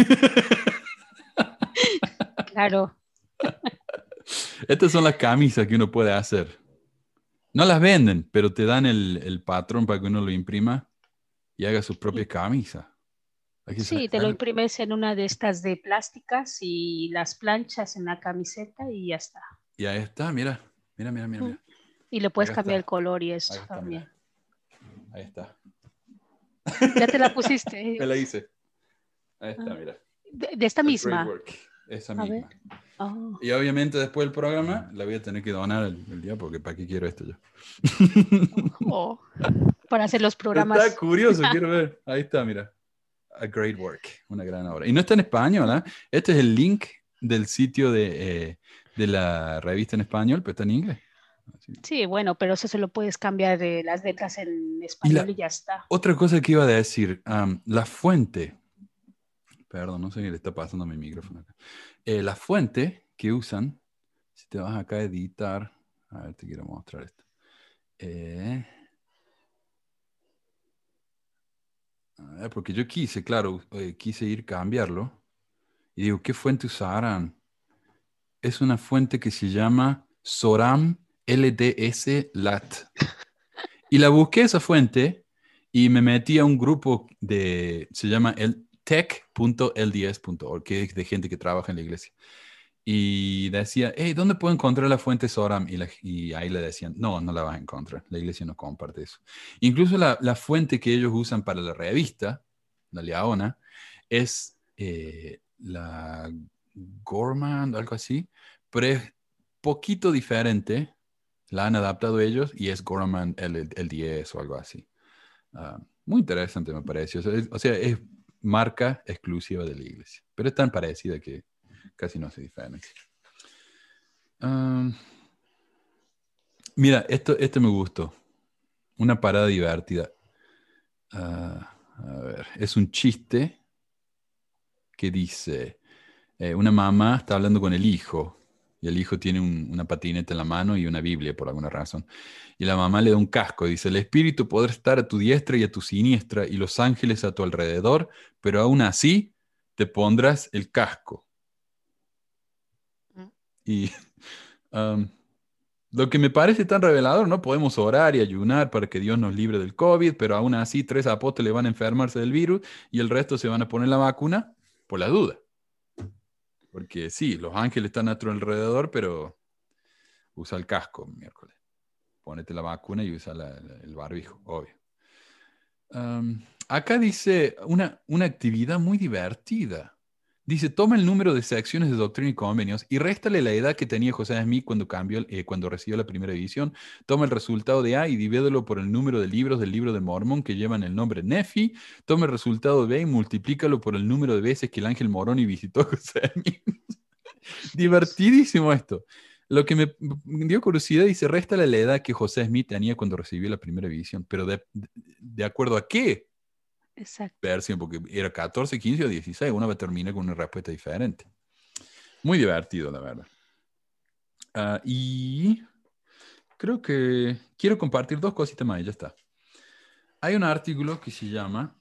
Claro. Estas son las camisas que uno puede hacer. No las venden, pero te dan el, el patrón para que uno lo imprima y haga sus propias camisas. Sí, te lo imprimes en una de estas de plásticas y las planchas en la camiseta y ya está. Y ahí está, mira, mira, mira, mira. mira. Y le puedes cambiar el color y eso está, también. Mira. Ahí está. Ya te la pusiste. Me la hice. Ahí está, ah. Mira. De, de esta misma. Esa a misma. Oh. Y obviamente después del programa la voy a tener que donar el, el día porque ¿para qué quiero esto yo? Oh, para hacer los programas. Está curioso, quiero ver. Ahí está, mira. A great work, una gran obra. Y no está en español, ¿eh? Este es el link del sitio de, eh, de la revista en español, pero está en inglés. Así. Sí, bueno, pero eso se lo puedes cambiar de las letras en español y, la, y ya está. Otra cosa que iba a decir, um, la fuente, perdón, no sé qué le está pasando a mi micrófono acá. Eh, la fuente que usan, si te vas acá a editar, a ver, te quiero mostrar esto. Eh, a ver, porque yo quise, claro, eh, quise ir a cambiarlo. Y digo, ¿qué fuente usarán? Es una fuente que se llama Soram L D S Lat. Y la busqué esa fuente y me metí a un grupo de, se llama el tech punto L D S punto org, que es de gente que trabaja en la iglesia. Y decía, hey, ¿dónde puedo encontrar la fuente Soram? Y, la, y ahí le decían, no, no la vas a encontrar. La iglesia no comparte eso. Incluso la, la fuente que ellos usan para la revista, la Leona, es eh, la Gorman, algo así, pero es poquito diferente. La han adaptado ellos y es Gorman L D S o algo así. Uh, muy interesante me pareció. O sea, es, o sea, es marca exclusiva de la iglesia, pero es tan parecida que casi no se diferencia. Um, mira, esto, esto me gustó. Una parada divertida. Uh, a ver, es un chiste que dice, eh, una mamá está hablando con el hijo y el hijo tiene un, una patineta en la mano y una Biblia por alguna razón. Y la mamá le da un casco. Dice, el espíritu podrá estar a tu diestra y a tu siniestra y los ángeles a tu alrededor, pero aún así te pondrás el casco. Y um, lo que me parece tan revelador, ¿no? Podemos orar y ayunar para que Dios nos libre del COVID, pero aún así tres apóstoles van a enfermarse del virus y el resto se van a poner la vacuna por la duda. Porque sí, los ángeles están a tu alrededor, pero usa el casco miércoles. Pónete la vacuna y usa la, la, el barbijo, obvio. Um, acá dice una, una actividad muy divertida. Dice, toma el número de secciones de Doctrina y Convenios y réstale la edad que tenía José Smith cuando, cambió, eh, cuando recibió la primera edición. Toma el resultado de A y divídelo por el número de libros del libro de Mormón que llevan el nombre Nefi. Toma el resultado de B y multiplícalo por el número de veces que el ángel Moroni visitó a José Smith. Divertidísimo esto. Lo que me dio curiosidad, dice, réstale la edad que José Smith tenía cuando recibió la primera edición. Pero de, de, ¿de acuerdo a qué? Exacto. Versión, porque era catorce, quince o dieciséis. Una va a terminar con una respuesta diferente. Muy divertido, la verdad. Uh, y creo que quiero compartir dos cositas más y ya está. Hay un artículo que se llama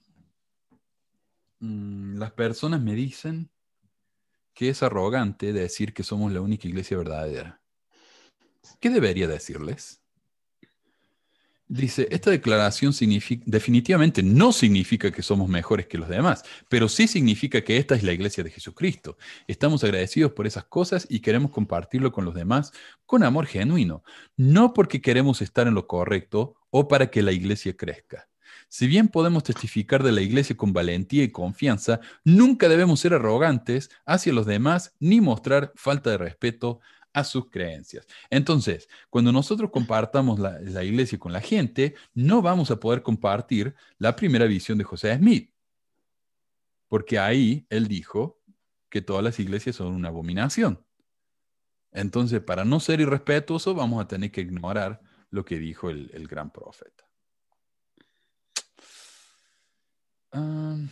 mmm, Las personas me dicen que es arrogante decir que somos la única iglesia verdadera. ¿Qué debería decirles? Dice, esta declaración significa, definitivamente no significa que somos mejores que los demás, pero sí significa que esta es la iglesia de Jesucristo. Estamos agradecidos por esas cosas y queremos compartirlo con los demás con amor genuino, no porque queremos estar en lo correcto o para que la iglesia crezca. Si bien podemos testificar de la iglesia con valentía y confianza, nunca debemos ser arrogantes hacia los demás ni mostrar falta de respeto a sus creencias. Entonces, cuando nosotros compartamos la, la iglesia con la gente, no vamos a poder compartir la primera visión de José Smith, porque ahí él dijo que todas las iglesias son una abominación. Entonces, para no ser irrespetuoso, vamos a tener que ignorar lo que dijo el, el gran profeta. Um,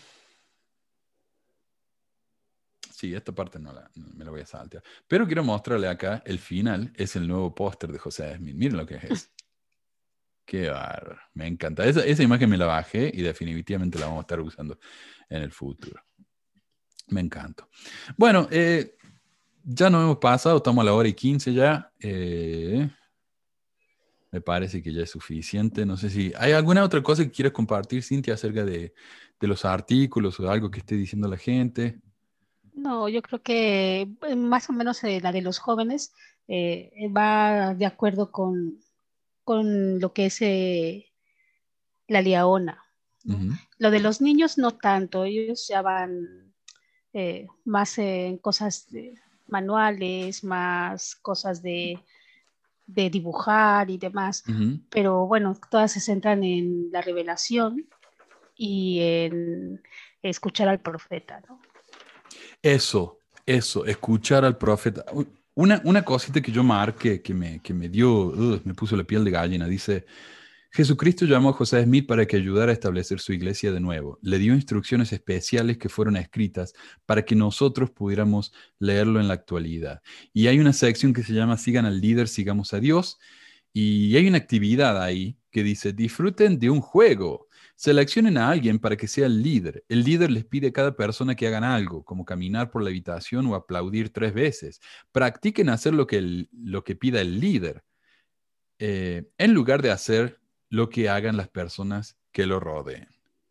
Sí, esta parte no, la, no me la voy a saltear. Pero quiero mostrarle acá, el final es el nuevo póster de José Smith. Miren lo que es eso. Qué bárbaro. Me encanta. Esa, esa imagen me la bajé y definitivamente la vamos a estar usando en el futuro. Me encanta. Bueno, eh, ya nos hemos pasado, estamos a la hora y quince ya. Eh, me parece que ya es suficiente. No sé si hay alguna otra cosa que quieras compartir, Cintia, acerca de, de los artículos o algo que esté diciendo la gente. No, yo creo que más o menos eh, la de los jóvenes eh, va de acuerdo con, con lo que es eh, la Liaona, ¿no? Uh-huh. Lo de los niños no tanto, ellos ya van eh, más en cosas de, manuales, más cosas de, de dibujar y demás, uh-huh. pero bueno, todas se centran en la revelación y en escuchar al profeta, ¿no? Eso, eso, escuchar al profeta. Una, una cosita que yo marqué, que me, que me dio, uh, me puso la piel de gallina, dice, Jesucristo llamó a José Smith para que ayudara a establecer su iglesia de nuevo. Le dio instrucciones especiales que fueron escritas para que nosotros pudiéramos leerlo en la actualidad. Y hay una sección que se llama Sigan al líder, sigamos a Dios. Y hay una actividad ahí que dice, disfruten de un juego. Seleccionen a alguien para que sea el líder. El líder les pide a cada persona que hagan algo, como caminar por la habitación o aplaudir tres veces. Practiquen hacer lo que, el, lo que pida el líder, eh, en lugar de hacer lo que hagan las personas que lo rodeen.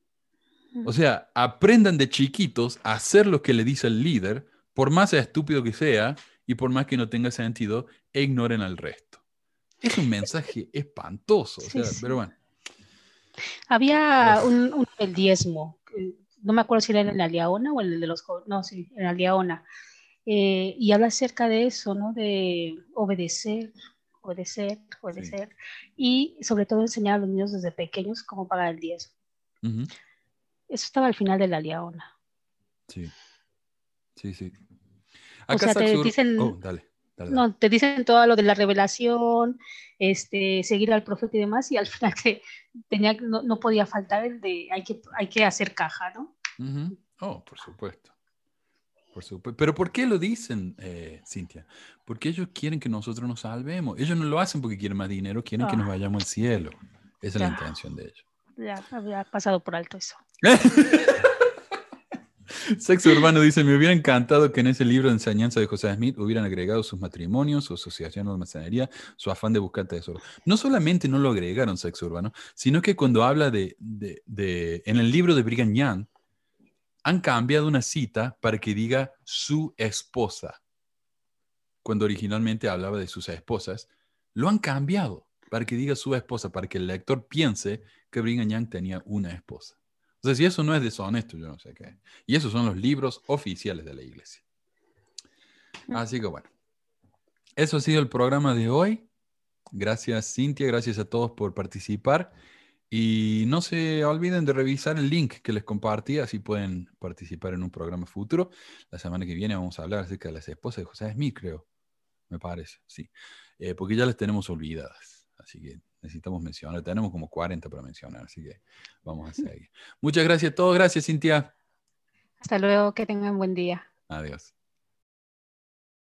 O sea, aprendan de chiquitos a hacer lo que le dice el líder, por más estúpido que sea y por más que no tenga sentido, e ignoren al resto. Es un mensaje espantoso, o sea, sí, sí. Pero bueno. Había un, un, el diezmo, no me acuerdo si era en la Liaona o el de los jóvenes, no, sí, en la Liaona, eh, y habla acerca de eso, ¿no? De obedecer, obedecer, obedecer, sí. Y sobre todo enseñar a los niños desde pequeños cómo pagar el diezmo. Uh-huh. Eso estaba al final de la Liaona. Sí, sí, sí. Acá o sea, te Saxur... dicen... Oh, dale. No, te dicen todo lo de la revelación, este, seguir al profeta y demás, y al final te, tenía, no, no podía faltar el de hay que, hay que hacer caja, ¿no? Uh-huh. Oh, por supuesto. Por supuesto. Pero ¿por qué lo dicen, eh, Cintia? Porque ellos quieren que nosotros nos salvemos. Ellos no lo hacen porque quieren más dinero, quieren oh. que nos vayamos al cielo. Esa ya. Es la intención de ellos. Ya había pasado por alto eso. Sexo Urbano dice, me hubiera encantado que en ese libro de enseñanza de José Smith hubieran agregado sus matrimonios, su asociación o almacenería, su afán de buscar tesoro. No solamente no lo agregaron, Sexo Urbano, sino que cuando habla de, de, de en el libro de Brigham Young, han cambiado una cita para que diga su esposa. Cuando originalmente hablaba de sus esposas, lo han cambiado para que diga su esposa, para que el lector piense que Brigham Young tenía una esposa. O sea, si eso no es deshonesto, yo no sé qué. Y esos son los libros oficiales de la iglesia. Así que bueno. Eso ha sido el programa de hoy. Gracias, Cintia. Gracias a todos por participar. Y no se olviden de revisar el link que les compartí. Así pueden participar en un programa futuro. La semana que viene vamos a hablar acerca de las esposas de José Smith, creo. Me parece, sí. Eh, porque ya las tenemos olvidadas. Así que necesitamos mencionar. Tenemos como cuarenta para mencionar, así que vamos a seguir. Muchas gracias a todos. Gracias, Cintia. Hasta luego. Que tengan buen día. Adiós.